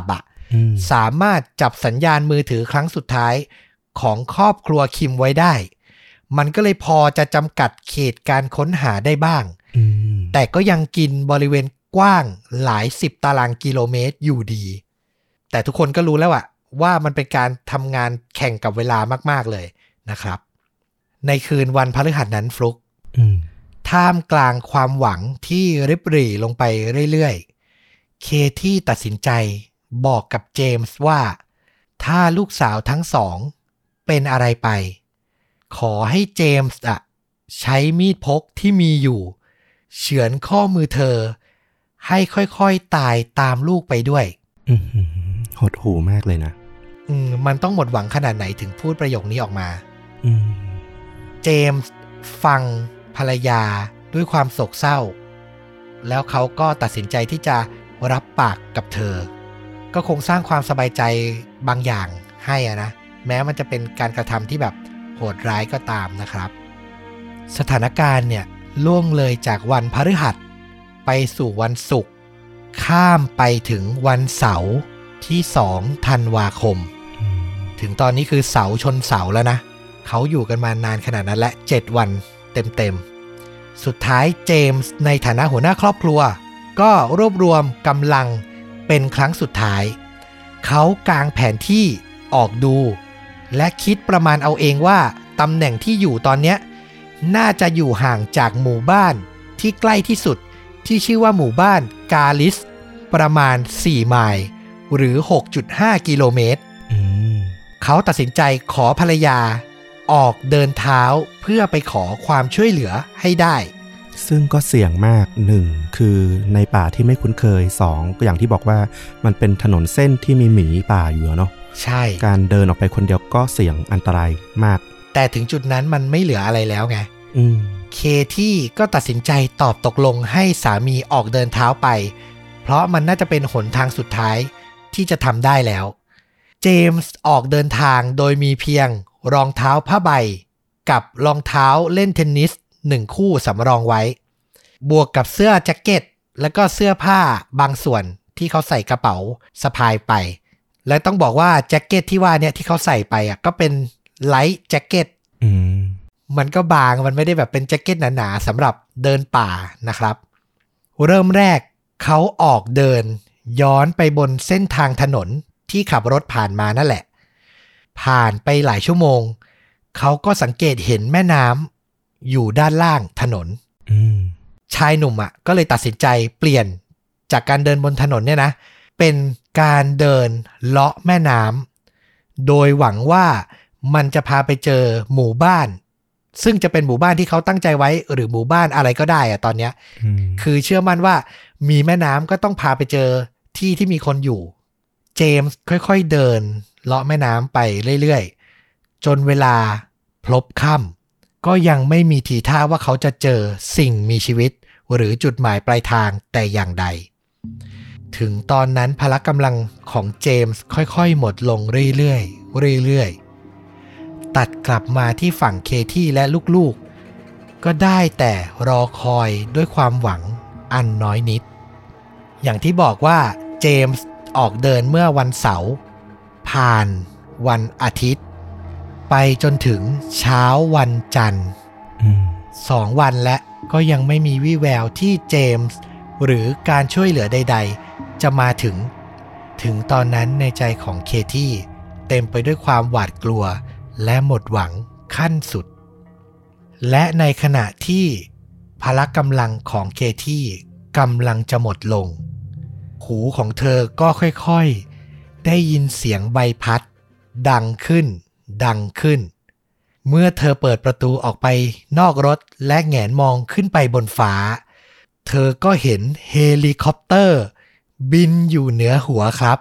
Speaker 1: สามารถจับสัญญาณมือถือครั้งสุดท้ายของครอบครัวคิมไว้ได้มันก็เลยพอจะจำกัดเขตการค้นหาได้บ้างแต่ก็ยังกินบริเวณกว้างหลายสิบตารางกิโลเมตรอยู่ดีแต่ทุกคนก็รู้แล้วอะว่ามันเป็นการทำงานแข่งกับเวลามากๆเลยนะครับในคืนวันพฤหัสนั้นฟลุกท่ามกลางความหวังที่ริบหรี่ลงไปเรื่อยๆเคที่ตัดสินใจบอกกับเจมส์ว่าถ้าลูกสาวทั้งสองเป็นอะไรไปขอให้เจมส์อะใช้มีดพกที่มีอยู่เฉือนข้อมือเธอให้ค่อยๆตายตามลูกไปด้วย
Speaker 2: หดหู่มากเลยนะ
Speaker 1: อืมมันต้องหมดหวังขนาดไหนถึงพูดประโยคนี้ออกมาเจมส์ฟังภรรยาด้วยความโศกเศร้าแล้วเขาก็ตัดสินใจที่จะรับปากกับเธอก็คงสร้างความสบายใจบางอย่างให้อะนะแม้มันจะเป็นการกระทำที่แบบโหดร้ายก็ตามนะครับสถานการณ์เนี่ยล่วงเลยจากวันพฤหัสไปสู่วันศุกร์ข้ามไปถึงวันเสาร์ที่สองธันวาคมถึงตอนนี้คือเสาชนเสาแล้วนะเขาอยู่กันมานานขนาดนั้นและเจ็ดวันเต็มๆสุดท้ายเจมส์ในฐานะหัวหน้าครอบครัวก็รวบรวมกำลังเป็นครั้งสุดท้ายเขากางแผนที่ออกดูและคิดประมาณเอาเองว่าตำแหน่งที่อยู่ตอนนี้น่าจะอยู่ห่างจากหมู่บ้านที่ใกล้ที่สุดที่ชื่อว่าหมู่บ้านกาลิสประมาณสี่ไมล์หรือ หกจุดห้า กิโลเมตรเขาตัดสินใจขอภรรยาออกเดินเท้าเพื่อไปขอความช่วยเหลือให้ได้
Speaker 2: ซึ่งก็เสี่ยงมากหนึ่งคือในป่าที่ไม่คุ้นเคยสองก็อย่างที่บอกว่ามันเป็นถนนเส้นที่มีหมีป่าอยู่เนาะ
Speaker 1: ใช่
Speaker 2: การเดินออกไปคนเดียวก็เสี่ยงอันตรายมาก
Speaker 1: แต่ถึงจุดนั้นมันไม่เหลืออะไรแล้วไงเคที่ก็ตัดสินใจตอบตกลงให้สามีออกเดินเท้าไปเพราะมันน่าจะเป็นหนทางสุดท้ายที่จะทำได้แล้วเจมส์ออกเดินทางโดยมีเพียงรองเท้าผ้าใบกับรองเท้าเล่นเทนนิสหนึ่งคู่สำรองไว้บวกกับเสื้อแจ็คเก็ตแล้วก็เสื้อผ้าบางส่วนที่เขาใส่กระเป๋าสะพายไปและต้องบอกว่าแจ็คเก็ตที่ว่าเนี่ยที่เขาใส่ไปอ่ะก็เป็นไลท์แจ็คเก็ตมันก็บางมันไม่ได้แบบเป็นแจ็คเก็ตหนาๆสำหรับเดินป่านะครับเริ่มแรกเขาออกเดินย้อนไปบนเส้นทางถนนที่ขับรถผ่านมานั่นแหละผ่านไปหลายชั่วโมงเขาก็สังเกตเห็นแม่น้ำอยู่ด้านล่างถนนชายหนุ่มอ่ะก็เลยตัดสินใจเปลี่ยนจากการเดินบนถนนเนี่ยนะเป็นการเดินเลาะแม่น้ำโดยหวังว่ามันจะพาไปเจอหมู่บ้านซึ่งจะเป็นหมู่บ้านที่เขาตั้งใจไว้หรือหมู่บ้านอะไรก็ได้อะตอนเนี้ยคือเชื่อมั่นว่ามีแม่น้ำก็ต้องพาไปเจอที่ที่มีคนอยู่เจมส์ค่อยๆเดินเลาะแม่น้ำไปเรื่อยๆจนเวลาพลบค่ำก็ยังไม่มีทีท่าว่าเขาจะเจอสิ่งมีชีวิตหรือจุดหมายปลายทางแต่อย่างใดถึงตอนนั้นพละกำลังของเจมส์ค่อยๆหมดลงเรื่อยๆเรื่อยๆตัดกลับมาที่ฝั่งเคที่และลูกๆก็ได้แต่รอคอยด้วยความหวังอันน้อยนิดอย่างที่บอกว่าเจมส์ออกเดินเมื่อวันเสาร์ผ่านวันอาทิตย์ไปจนถึงเช้าวันจันทร์สองวันและก็ยังไม่มีวี่แววที่เจมส์หรือการช่วยเหลือใดๆจะมาถึงถึงตอนนั้นในใจของเคที่เต็มไปด้วยความหวาดกลัวและหมดหวังขั้นสุดและในขณะที่พละกำลังของเคที่กำลังจะหมดลงหูของเธอก็ค่อยๆได้ยินเสียงใบพัดดังขึ้นดังขึ้นเมื่อเธอเปิดประตูออกไปนอกรถและแหงนมองขึ้นไปบนฟ้าเธอก็เห็นเฮลิคอปเตอร์บินอยู่เหนือหัวครับ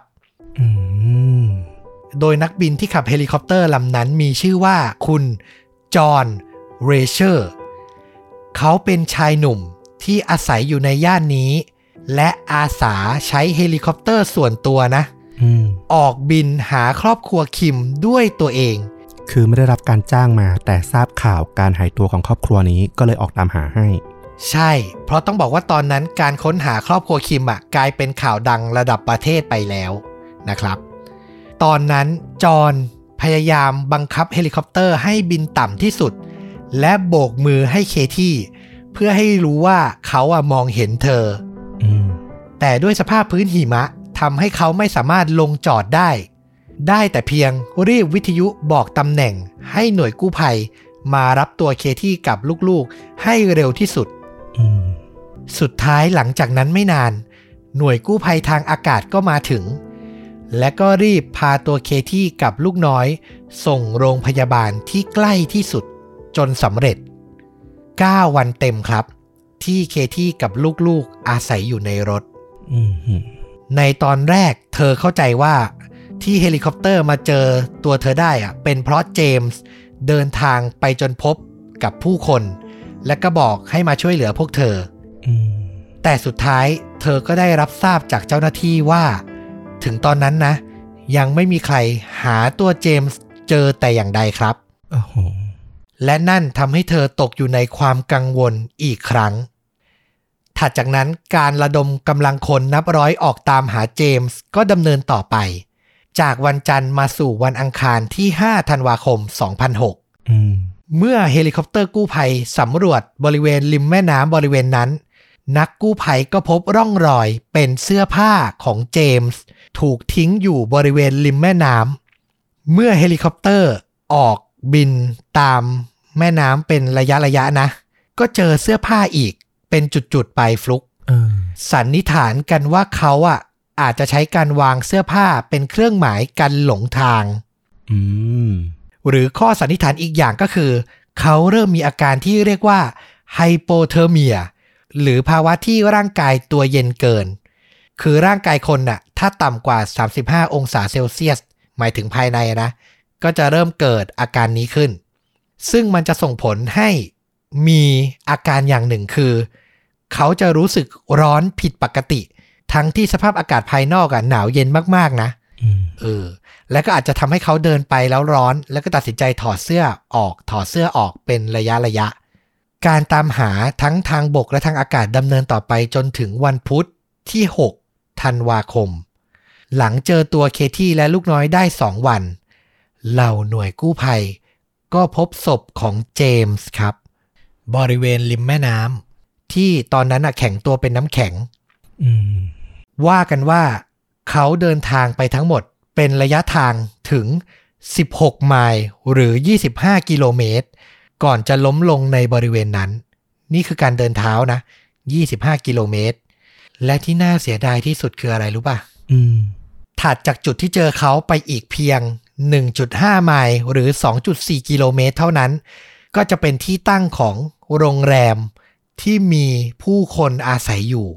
Speaker 1: โดยนักบินที่ขับเฮลิคอปเตอร์ลำนั้นมีชื่อว่าคุณจอห์นเรเชอร์เขาเป็นชายหนุ่มที่อาศัยอยู่ในย่านนี้และอาสาใช้เฮลิคอปเตอร์ส่วนตัวนะออกบินหาครอบครัวคิมด้วยตัวเอง
Speaker 2: คือไม่ได้รับการจ้างมาแต่ทราบข่าวการหายตัวของครอบครัวนี้ก็เลยออกตามหาให้
Speaker 1: ใช่เพราะต้องบอกว่าตอนนั้นการค้นหาครอบครัวคิมอ่ะกลายเป็นข่าวดังระดับประเทศไปแล้วนะครับตอนนั้นจอห์นพยายามบังคับเฮลิคอปเตอร์ให้บินต่ำที่สุดและโบกมือให้เคที่เพื่อให้รู้ว่าเขาอะมองเห็นเธอแต่ด้วยสภาพพื้นหิมะทำให้เขาไม่สามารถลงจอดได้ได้แต่เพียงรีบวิทยุบอกตำแหน่งให้หน่วยกู้ภัยมารับตัวเคที่กับลูกๆให้เร็วที่สุดสุดท้ายหลังจากนั้นไม่นานหน่วยกู้ภัยทางอากาศก็มาถึงและก็รีบพาตัวเคที่กับลูกน้อยส่งโรงพยาบาลที่ใกล้ที่สุดจนสำเร็จเก้าวันเต็มครับที่เคที่กับลูกๆอาศัยอยู่ในรถในตอนแรกเธอเข้าใจว่าที่เฮลิคอปเตอร์มาเจอตัวเธอได้อะเป็นเพราะเจมส์เดินทางไปจนพบกับผู้คนและก็บอกให้มาช่วยเหลือพวกเธอแต่สุดท้ายเธอก็ได้รับทราบจากเจ้าหน้าที่ว่าถึงตอนนั้นนะยังไม่มีใครหาตัวเจมส์เจอแต่อย่างใดครับ oh. และนั่นทำให้เธอตกอยู่ในความกังวลอีกครั้งถัดจากนั้นการระดมกำลังคนนับร้อยออกตามหาเจมส์ก็ดำเนินต่อไปจากวันจันทร์มาสู่วันอังคารที่ห้าธันวาคมสองพันหก อืมเมื่อเฮลิคอปเตอร์กู้ภัยสำรวจบริเวณริมแม่น้ำบริเวณนั้นนักกู้ภัยก็พบร่องรอยเป็นเสื้อผ้าของเจมส์ถูกทิ้งอยู่บริเวณริมแม่น้ำเมื่อเฮลิคอปเตอร์ออกบินตามแม่น้ำเป็นระยะระยะนะก็เจอเสื้อผ้าอีกเป็นจุดๆไปฟลุกสันนิษฐานกันว่าเขาอ่ะอาจจะใช้การวางเสื้อผ้าเป็นเครื่องหมายกันหลงทางหรือข้อสันนิษฐานอีกอย่างก็คือเขาเริ่มมีอาการที่เรียกว่าไฮโปเทอร์เมียหรือภาวะที่ร่างกายตัวเย็นเกินคือร่างกายคนน่ะถ้าต่ำกว่าสามสิบห้าองศาเซลเซียสหมายถึงภายในนะก็จะเริ่มเกิดอาการนี้ขึ้นซึ่งมันจะส่งผลให้มีอาการอย่างหนึ่งคือเขาจะรู้สึกร้อนผิดปกติทั้งที่สภาพอากาศภายนอกอ่ะหนาวเย็นมากๆนะเออแล้วก็อาจจะทำให้เขาเดินไปแล้วร้อนแล้วก็ตัดสินใจถอดเสื้อออกถอดเสื้อออกเป็นระยะระยะการตามหาทั้งทางบกและทางอากาศดำเนินต่อไปจนถึงวันพุธที่หกธันวาคมหลังเจอตัวเคที่และลูกน้อยได้สองวันเหล่าหน่วยกู้ภัยก็พบศพของเจมส์ครับบริเวณริมแม่น้ำที่ตอนนั้นแข็งตัวเป็นน้ำแข็งว่ากันว่าเขาเดินทางไปทั้งหมดเป็นระยะทางถึงสิบหกไมล์หรือยี่สิบห้ากิโลเมตรก่อนจะล้มลงในบริเวณนั้นนี่คือการเดินเท้านะยี่สิบห้ากิโลเมตรและที่น่าเสียดายที่สุดคืออะไรรู้ป่ะถัดจากจุดที่เจอเขาไปอีกเพียง หนึ่งจุดห้า ไมล์หรือ สองจุดสี่ กิโลเมตรเท่านั้นก็จะเป็นที่ตั้งของโรงแรมที่มีผู้คนอาศัยอยู่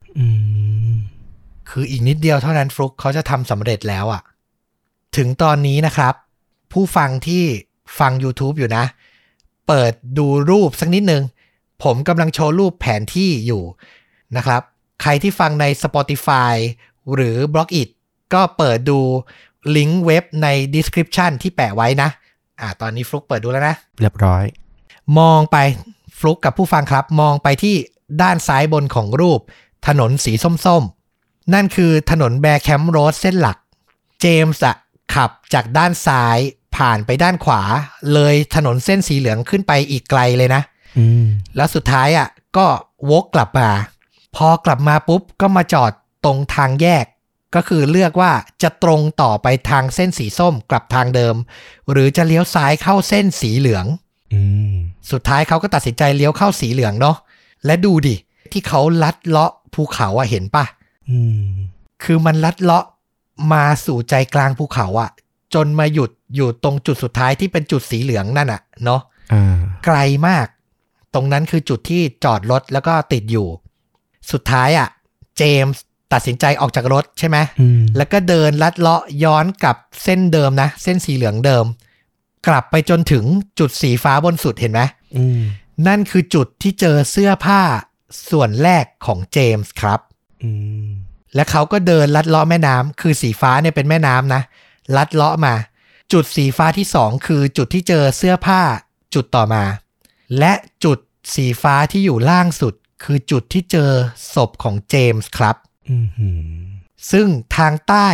Speaker 1: คืออีกนิดเดียวเท่านั้นฟลุกเขาจะทำสำเร็จแล้วอ่ะถึงตอนนี้นะครับผู้ฟังที่ฟัง YouTube อยู่นะเปิดดูรูปสักนิดนึงผมกำลังโชว์รูปแผนที่อยู่นะครับใครที่ฟังใน Spotify หรือ บล็อก อิท ก็เปิดดูลิงก์เว็บใน description ที่แปะไว้นะอ่าตอนนี้ฟลุกเปิดดูแล้วนะ
Speaker 2: เรียบร้อย
Speaker 1: มองไปฟลุกกับผู้ฟังครับมองไปที่ด้านซ้ายบนของรูปถนนสีส้มๆนั่นคือถนนแบร์แคมป์โรดเส้นหลักเจมส์อะขับจากด้านซ้ายผ่านไปด้านขวาเลยถนนเส้นสีเหลืองขึ้นไปอีกไกลเลยนะแล้วสุดท้ายอ่ะก็วกกลับมาพอกลับมาปุ๊บก็มาจอดตรงทางแยกก็คือเลือกว่าจะตรงต่อไปทางเส้นสีส้มกลับทางเดิมหรือจะเลี้ยวซ้ายเข้าเส้นสีเหลืองสุดท้ายเขาก็ตัดสินใจเลี้ยวเข้าสีเหลืองเนาะและดูดิที่เขาลัดเลาะภูเขาอ่ะเห็นป่ะคือมันลัดเลาะมาสู่ใจกลางภูเขาอ่ะจนมาหยุดอยู่ตรงจุดสุดท้ายที่เป็นจุดสีเหลืองนั่นอ่ะเนาะไกลมากตรงนั้นคือจุดที่จอดรถแล้วก็ติดอยู่สุดท้ายอ่ะเจมส์ตัดสินใจออกจากรถใช่ไหมแล้วก็เดินลัดเลาะย้อนกลับเส้นเดิมนะเส้นสีเหลืองเดิมกลับไปจนถึงจุดสีฟ้าบนสุดเห็นไหมนั่นคือจุดที่เจอเสื้อผ้าส่วนแรกของเจมส์ครับและเขาก็เดินลัดเลาะแม่น้ำคือสีฟ้าเนี่ยเป็นแม่น้ำนะลัดเลาะมาจุดสีฟ้าที่สองคือจุดที่เจอเสื้อผ้าจุดต่อมาและจุดสีฟ้าที่อยู่ล่างสุดคือจุดที่เจอศพของเจมส์ครับซึ่งทางใต้ท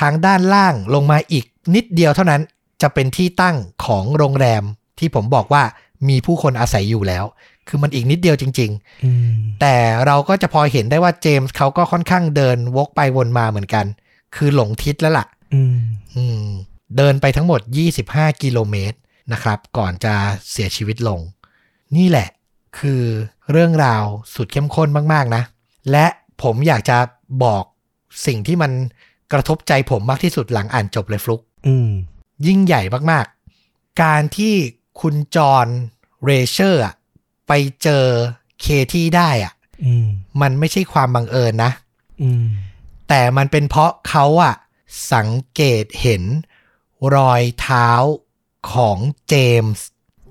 Speaker 1: างด้านล่างลงมาอีกนิดเดียวเท่านั้นจะเป็นที่ตั้งของโรงแรมที่ผมบอกว่ามีผู้คนอาศัยอยู่แล้วคือมันอีกนิดเดียวจริงๆแต่เราก็จะพอเห็นได้ว่าเจมส์เขาก็ค่อนข้างเดินวกไปวนมาเหมือนกันคือหลงทิศแล้วล่ะเดินไปทั้งหมดยี่สิบห้ากิโลเมตรนะครับก่อนจะเสียชีวิตลงนี่แหละคือเรื่องราวสุดเข้มข้นมากๆนะและผมอยากจะบอกสิ่งที่มันกระทบใจผมมากที่สุดหลังอ่านจบเลยฟลุกยิ่งใหญ่มากๆการที่คุณจอห์นเรเชอร์ไปเจอเคที่ได้อ่ะมันไม่ใช่ความบังเอิญนะแต่มันเป็นเพราะเขาอ่ะสังเกตเห็นรอยเท้าของเจมส์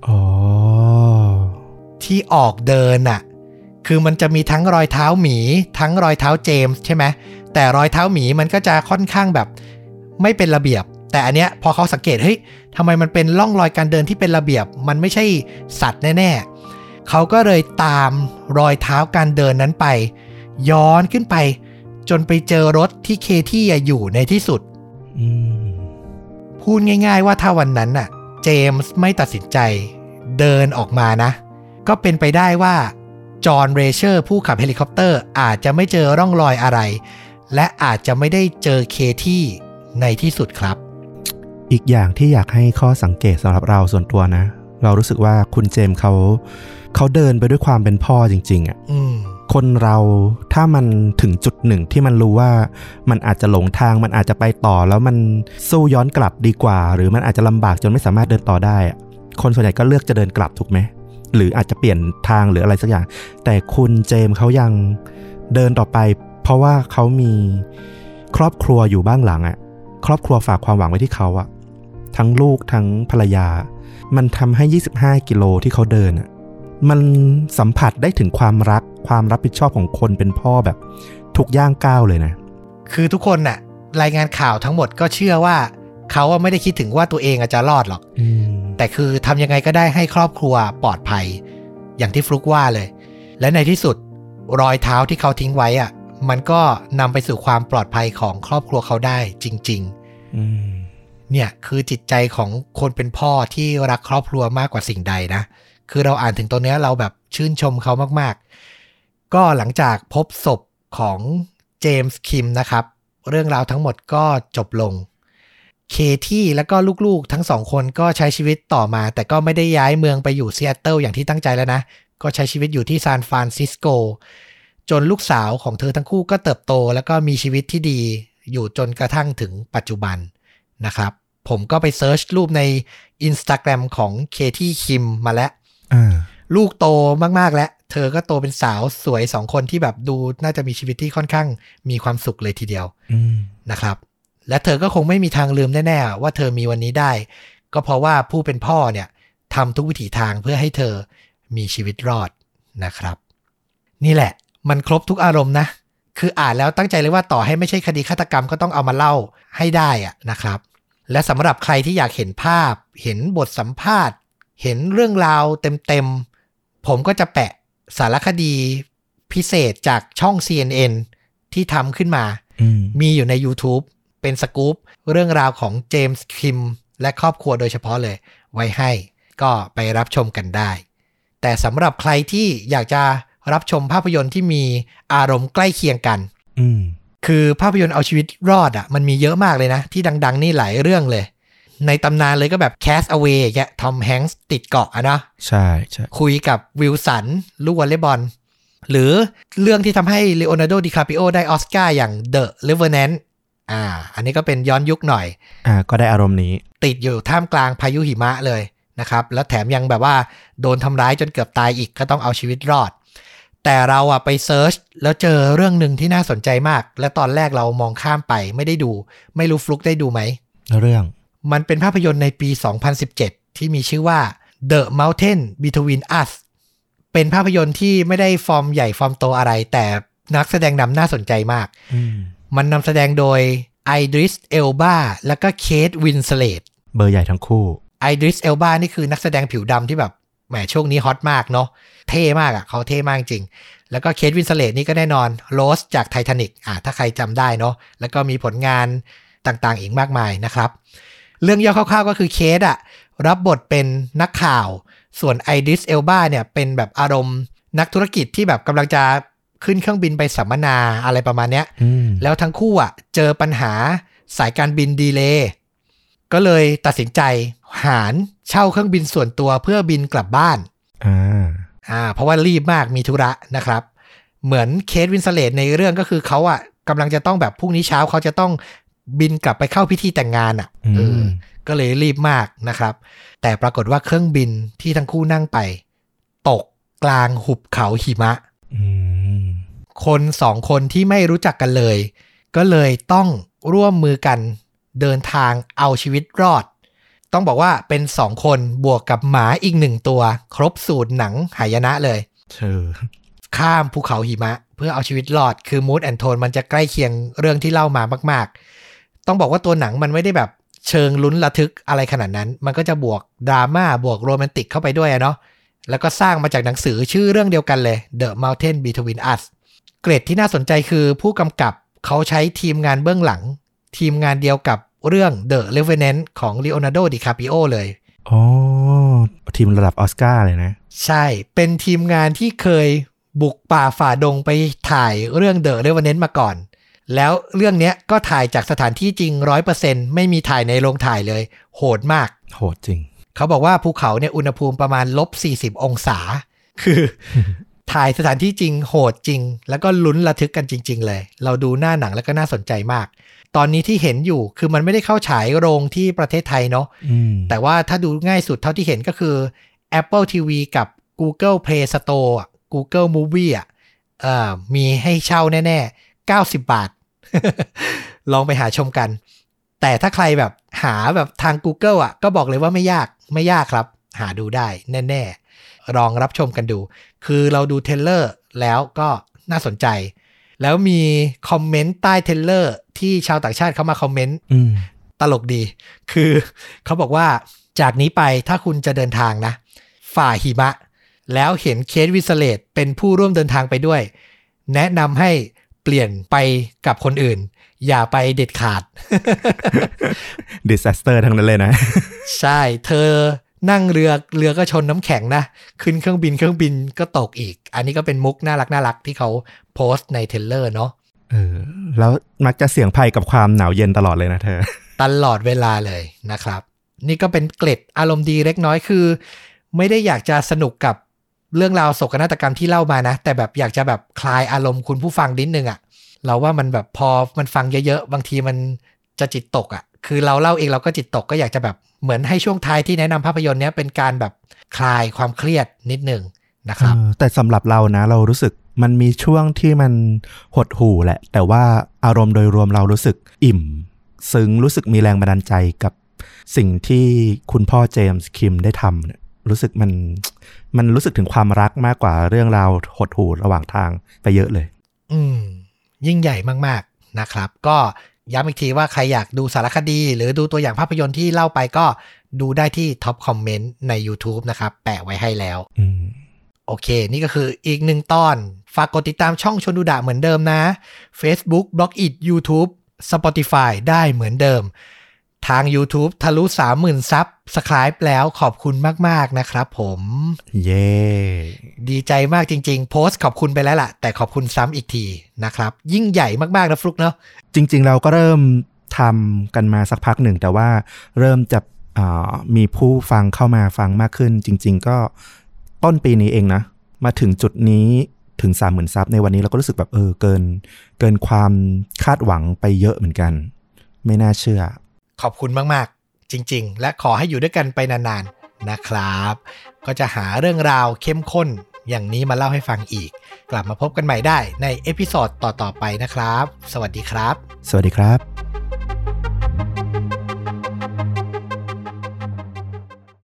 Speaker 1: ที่ออกเดินอ่ะคือมันจะมีทั้งรอยเท้าหมีทั้งรอยเท้าเจมส์ใช่ไหมแต่รอยเท้าหมีมันก็จะค่อนข้างแบบไม่เป็นระเบียบแต่อันเนี้ยพอเขาสังเกตเฮ้ยทำไมมันเป็นร่องรอยการเดินที่เป็นระเบียบมันไม่ใช่สัตว์แน่ๆเขาก็เลยตามรอยเท้าการเดินนั้นไปย้อนขึ้นไปจนไปเจอรถที่เคที่อยู่ในที่สุดพูดง่ายๆว่าถ้าวันนั้นน่ะเจมส์ไม่ตัดสินใจเดินออกมานะก็เป็นไปได้ว่าจอห์นเรเชอร์ผู้ขับเฮลิคอปเตอร์อาจจะไม่เจอร่องรอยอะไรและอาจจะไม่ได้เจอเคที่ในที่สุดครับ
Speaker 2: อีกอย่างที่อยากให้ข้อสังเกตสำหรับเราส่วนตัวนะเรารู้สึกว่าคุณเจมส์เขาเขาเดินไปด้วยความเป็นพ่อจริงๆอ่ะคนเราถ้ามันถึงจุดหนึ่งที่มันรู้ว่ามันอาจจะหลงทางมันอาจจะไปต่อแล้วมันสู้ย้อนกลับดีกว่าหรือมันอาจจะลำบากจนไม่สามารถเดินต่อได้อ่ะคนส่วนใหญ่ก็เลือกจะเดินกลับถูกไหมหรืออาจจะเปลี่ยนทางหรืออะไรสักอย่างแต่คุณเจมส์เขายังเดินต่อไปเพราะว่าเขามีครอบครัวอยู่บ้างหลังอ่ะครอบครัวฝากความหวังไว้ที่เขาอ่ะทั้งลูกทั้งภรรยามันทำให้ยี่สิบห้ากิโลที่เขาเดินอ่ะมันสัมผัสได้ถึงความรักความรับผิดชอบของคนเป็นพ่อแบบทุกย่างก้าวเลยนะ
Speaker 1: คือทุกคนน่ะรายงานข่าวทั้งหมดก็เชื่อว่าเขาไม่ได้คิดถึงว่าตัวเองจะรอดหรอกแต่คือทำยังไงก็ได้ให้ครอบครัวปลอดภัยอย่างที่ฟลุกว่าเลยและในที่สุดรอยเท้าที่เขาทิ้งไว้อ่ะมันก็นำไปสู่ความปลอดภัยของครอบครัวเขาได้จริงๆเนี่ยคือจิตใจของคนเป็นพ่อที่รักครอบครัวมากกว่าสิ่งใดนะคือเราอ่านถึงตัวเนี้ยเราแบบชื่นชมเขามากๆก็หลังจากพบศพของเจมส์คิมนะครับเรื่องราวทั้งหมดก็จบลงเคที่แล้วก็ลูกๆทั้งสองคนก็ใช้ชีวิตต่อมาแต่ก็ไม่ได้ย้ายเมืองไปอยู่ซีแอตเทิลอย่างที่ตั้งใจแล้วนะก็ใช้ชีวิตอยู่ที่ซานฟรานซิสโกจนลูกสาวของเธอทั้งคู่ก็เติบโตแล้วก็มีชีวิตที่ดีอยู่จนกระทั่งถึงปัจจุบันนะครับผมก็ไปเซิร์ชรูปใน Instagram ของเคที่คิมมาแล้วลูกโตมากๆแล้วเธอก็โตเป็นสาวสวยสองคนที่แบบดูน่าจะมีชีวิตที่ค่อนข้างมีความสุขเลยทีเดียวนะครับและเธอก็คงไม่มีทางลืมแน่ๆว่าเธอมีวันนี้ได้ก็เพราะว่าผู้เป็นพ่อเนี่ยทำทุกวิถีทางเพื่อให้เธอมีชีวิตรอดนะครับนี่แหละมันครบทุกอารมณ์นะคืออ่านแล้วตั้งใจเลยว่าต่อให้ไม่ใช่คดีฆาตกรรมก็ต้องเอามาเล่าให้ได้อะนะครับและสำหรับใครที่อยากเห็นภาพเห็นบทสัมภาษณ์เห็นเรื่องราวเต็มๆผมก็จะแปะสารคดีพิเศษจากช่อง ซี เอ็น เอ็น ที่ทำขึ้นมา ม, มีอยู่ใน YouTube เป็นสกู๊ปเรื่องราวของเจมส์คิมและครอบครัวโดยเฉพาะเลยไว้ให้ก็ไปรับชมกันได้แต่สำหรับใครที่อยากจะรับชมภาพยนตร์ที่มีอารมณ์ใกล้เคียงกันคือภาพยนตร์เอาชีวิตรอดอ่ะมันมีเยอะมากเลยนะที่ดังๆนี่หลายเรื่องเลยในตำนานเลยก็แบบ Cast Away แกทอมแฮงค์ติดเกาะอะนะ
Speaker 2: ใช่ใช่
Speaker 1: คุยกับวิลสันลูกวอลเลย์บอลหรือเรื่องที่ทำให้เลโอนาร์โด ดิคาปิโอได้ออสการ์อย่าง The Revenant อ่าอันนี้ก็เป็นย้อนยุคหน่อย
Speaker 2: อ่าก็ได้อารมณ์นี้
Speaker 1: ติดอยู่ท่ามกลางพายุหิมะเลยนะครับแล้วแถมยังแบบว่าโดนทำร้ายจนเกือบตายอีกก็ต้องเอาชีวิตรอดแต่เราอะไปเซิร์ชแล้วเจอเรื่องนึงที่น่าสนใจมากและตอนแรกเรามองข้ามไปไม่ได้ดูไม่รู้ฟลุกได้ดูไหม
Speaker 2: เรื่อง
Speaker 1: มันเป็นภาพยนตร์ในปีสองพันสิบเจ็ดที่มีชื่อว่า The Mountain Between Us เป็นภาพยนตร์ที่ไม่ได้ฟอร์มใหญ่ฟอร์มโตอะไรแต่นักแสดงนำน่าสนใจมากมันนำแสดงโดยไอดริสเอลบาแล้วก็เคทวินสเลต
Speaker 2: เบอร์ใหญ่ทั้งคู่
Speaker 1: ไอดริสเอลบานี่คือนักแสดงผิวดำที่แบบแหมช่วงนี้ฮอตมากเนาะเท่มากอ่ะเขาเท่มากจริงแล้วก็เคทวินสเลตนี่ก็แน่นอนโรสจากไททานิกอ่ะถ้าใครจำได้เนาะแล้วก็มีผลงานต่างๆอีกมากมายนะครับเรื่องย่อคร่าวๆก็คือเคทอ่ะรับบทเป็นนักข่าวส่วนไอดิสเอลบาเนี่ยเป็นแบบอารมณ์นักธุรกิจที่แบบกำลังจะขึ้นเครื่องบินไปสัมมนาอะไรประมาณเนี้ยแล้วทั้งคู่อ่ะเจอปัญหาสายการบินดีเลย์ก็เลยตัดสินใจหารเช่าเครื่องบินส่วนตัวเพื่อบินกลับบ้านอ่าอ่าเพราะว่ารีบมากมีธุระนะครับเหมือนเคทวินสเลตในเรื่องก็คือเขาอ่ะกำลังจะต้องแบบพรุ่งนี้เช้าเขาจะต้องบินกลับไปเข้าพิธีแต่งงานอ่ะเออก็เลยรีบมากนะครับแต่ปรากฏว่าเครื่องบินที่ทั้งคู่นั่งไปตกกลางหุบเขาหิมะคนสองคนที่ไม่รู้จักกันเลยก็เลยต้องร่วมมือกันเดินทางเอาชีวิตรอดต้องบอกว่าเป็นสองคนบวกกับหมาอีกหนึ่งตัวครบสูตรหนังหายนะเลยเชิญข้ามภูเขาหิมะเพื่อเอาชีวิตรอดคือมูดแอนโทนมันจะใกล้เคียงเรื่องที่เล่ามามากๆต้องบอกว่าตัวหนังมันไม่ได้แบบเชิงลุ้นระทึกอะไรขนาดนั้นมันก็จะบวกดราม่าบวกโรแมนติกเข้าไปด้วยเนาะแล้วก็สร้างมาจากหนังสือชื่อเรื่องเดียวกันเลย The Mountain Between Us เกรดที่น่าสนใจคือผู้กำกับเขาใช้ทีมงานเบื้องหลังทีมงานเดียวกับเรื่อง The Revenant ของ Leonardo DiCaprio เลย
Speaker 2: อ๋อทีมระดับออสการ์เลยนะ
Speaker 1: ใช่เป็นทีมงานที่เคยบุกป่าฝ่าดงไปถ่ายเรื่อง The Revenant มาก่อนแล้วเรื่องนี้ก็ถ่ายจากสถานที่จริง ร้อยเปอร์เซ็นต์ ไม่มีถ่ายในโรงถ่ายเลยโหดมาก
Speaker 2: โหดจริง
Speaker 1: เขาบอกว่าภูเขาเนี่ยอุณหภูมิประมาณลบสี่สิบองศาคือ ถ่ายสถานที่จริงโหดจริงแล้วก็ลุ้นระทึกกันจริงๆเลยเราดูหน้าหนังแล้วก็น่าสนใจมากตอนนี้ที่เห็นอยู่คือมันไม่ได้เข้าฉายโรงที่ประเทศไทยเนาะแต่ว่าถ้าดูง่ายสุดเท่าที่เห็นก็คือ Apple ที วี กับ Google Play Store Google Movie อ่ะเอ่อมีให้เช่าแน่ๆเก้าสิบบาท ลองไปหาชมกันแต่ถ้าใครแบบหาแบบทาง Google อ่ะก็บอกเลยว่าไม่ยากไม่ยากครับหาดูได้แน่ๆลองรับชมกันดูคือเราดูเทรลเลอร์แล้วก็น่าสนใจแล้วมีคอมเมนต์ใต้เทรลเลอร์ที่ชาวต่างชาติเขามาคอมเมนต์ตลกดีคือเขาบอกว่าจากนี้ไปถ้าคุณจะเดินทางนะฝ่าหิมะแล้วเห็นเคทวินสเลตเป็นผู้ร่วมเดินทางไปด้วยแนะนำให้เปลี่ยนไปกับคนอื่นอย่าไปเด็ดขาด
Speaker 2: disaster ทั้งนั้นเลยนะ
Speaker 1: ใช่เธอนั่งเรือเรือก็ชนน้ำแข็งนะขึ้นเครื่องบินเครื่องบินก็ตกอีกอันนี้ก็เป็นมุกน่ารักน่ารักที่เขาโพสต์ในเทรลเลอร์เนาะ
Speaker 2: เออแล้วมักจะเสี่ยงภัยกับความหนาวเย็นตลอดเลยนะเธอ
Speaker 1: ตลอดเวลาเลยนะครับนี่ก็เป็นเกร็ดอารมณ์ดีเล็กน้อยคือไม่ได้อยากจะสนุกกับเรื่องราวโศกนาฏกรรมที่เล่ามานะแต่แบบอยากจะแบบคลายอารมณ์คุณผู้ฟังนิดนึงอะเราว่ามันแบบพอมันฟังเยอะๆบางทีมันจะจิตตกอ่ะคือเราเล่าเองเราก็จิตตกก็อยากจะแบบเหมือนให้ช่วงท้ายที่แนะนำภาพยนตร์เนี้ยเป็นการแบบคลายความเครียดนิดนึงนะครับ
Speaker 2: แต่สำหรับเรานะเรารู้สึกมันมีช่วงที่มันหดหู่แหละแต่ว่าอารมณ์โดยรวมเรารู้สึกอิ่มซึ้งรู้สึกมีแรงบันดาลใจกับสิ่งที่คุณพ่อเจมส์คิมได้ทำรู้สึกมันมันรู้สึกถึงความรักมากกว่าเรื่องราวหดหู่ระหว่างทางไปเยอะเลย
Speaker 1: อืมยิ่งใหญ่มากๆนะครับก็ย้ำอีกทีว่าใครอยากดูสารคดีหรือดูตัวอย่างภาพยนตร์ที่เล่าไปก็ดูได้ที่ท็อปคอมเมนต์ใน YouTube นะครับแปะไว้ให้แล้วโอเคนี่ก็คืออีกหนึ่งตอนฝากกดติดตามช่องชวนดูดะเหมือนเดิมนะ Facebook Blogit YouTube Spotify ได้เหมือนเดิมทาง YouTube ทะลุ สามหมื่น ซับสไครป์แล้วขอบคุณมากๆนะครับผม
Speaker 2: เย้ yeah.
Speaker 1: ดีใจมากจริงๆโพสต์ขอบคุณไปแล้วล่ะแต่ขอบคุณซ้ำอีกทีนะครับยิ่งใหญ่มากๆนะฟลุกเนาะ
Speaker 2: จริงๆเราก็เริ่มทำกันมาสักพักหนึ่งแต่ว่าเริ่มจะมีผู้ฟังเข้ามาฟังมากขึ้นจริงๆก็ต้นปีนี้เองนะมาถึงจุดนี้ถึง สามหมื่น ซับในวันนี้เราก็รู้สึกแบบเออเกินเกินความคาดหวังไปเยอะเหมือนกันไม่น่าเชื่อ
Speaker 1: ขอบคุณมากๆจริงๆและขอให้อยู่ด้วยกันไปนานๆนะครับก็จะหาเรื่องราวเข้มข้นอย่างนี้มาเล่าให้ฟังอีกกลับมาพบกันใหม่ได้ในเอพิโซดต่อๆไปนะครับสวัสดีครับ
Speaker 2: สวัสดีครับ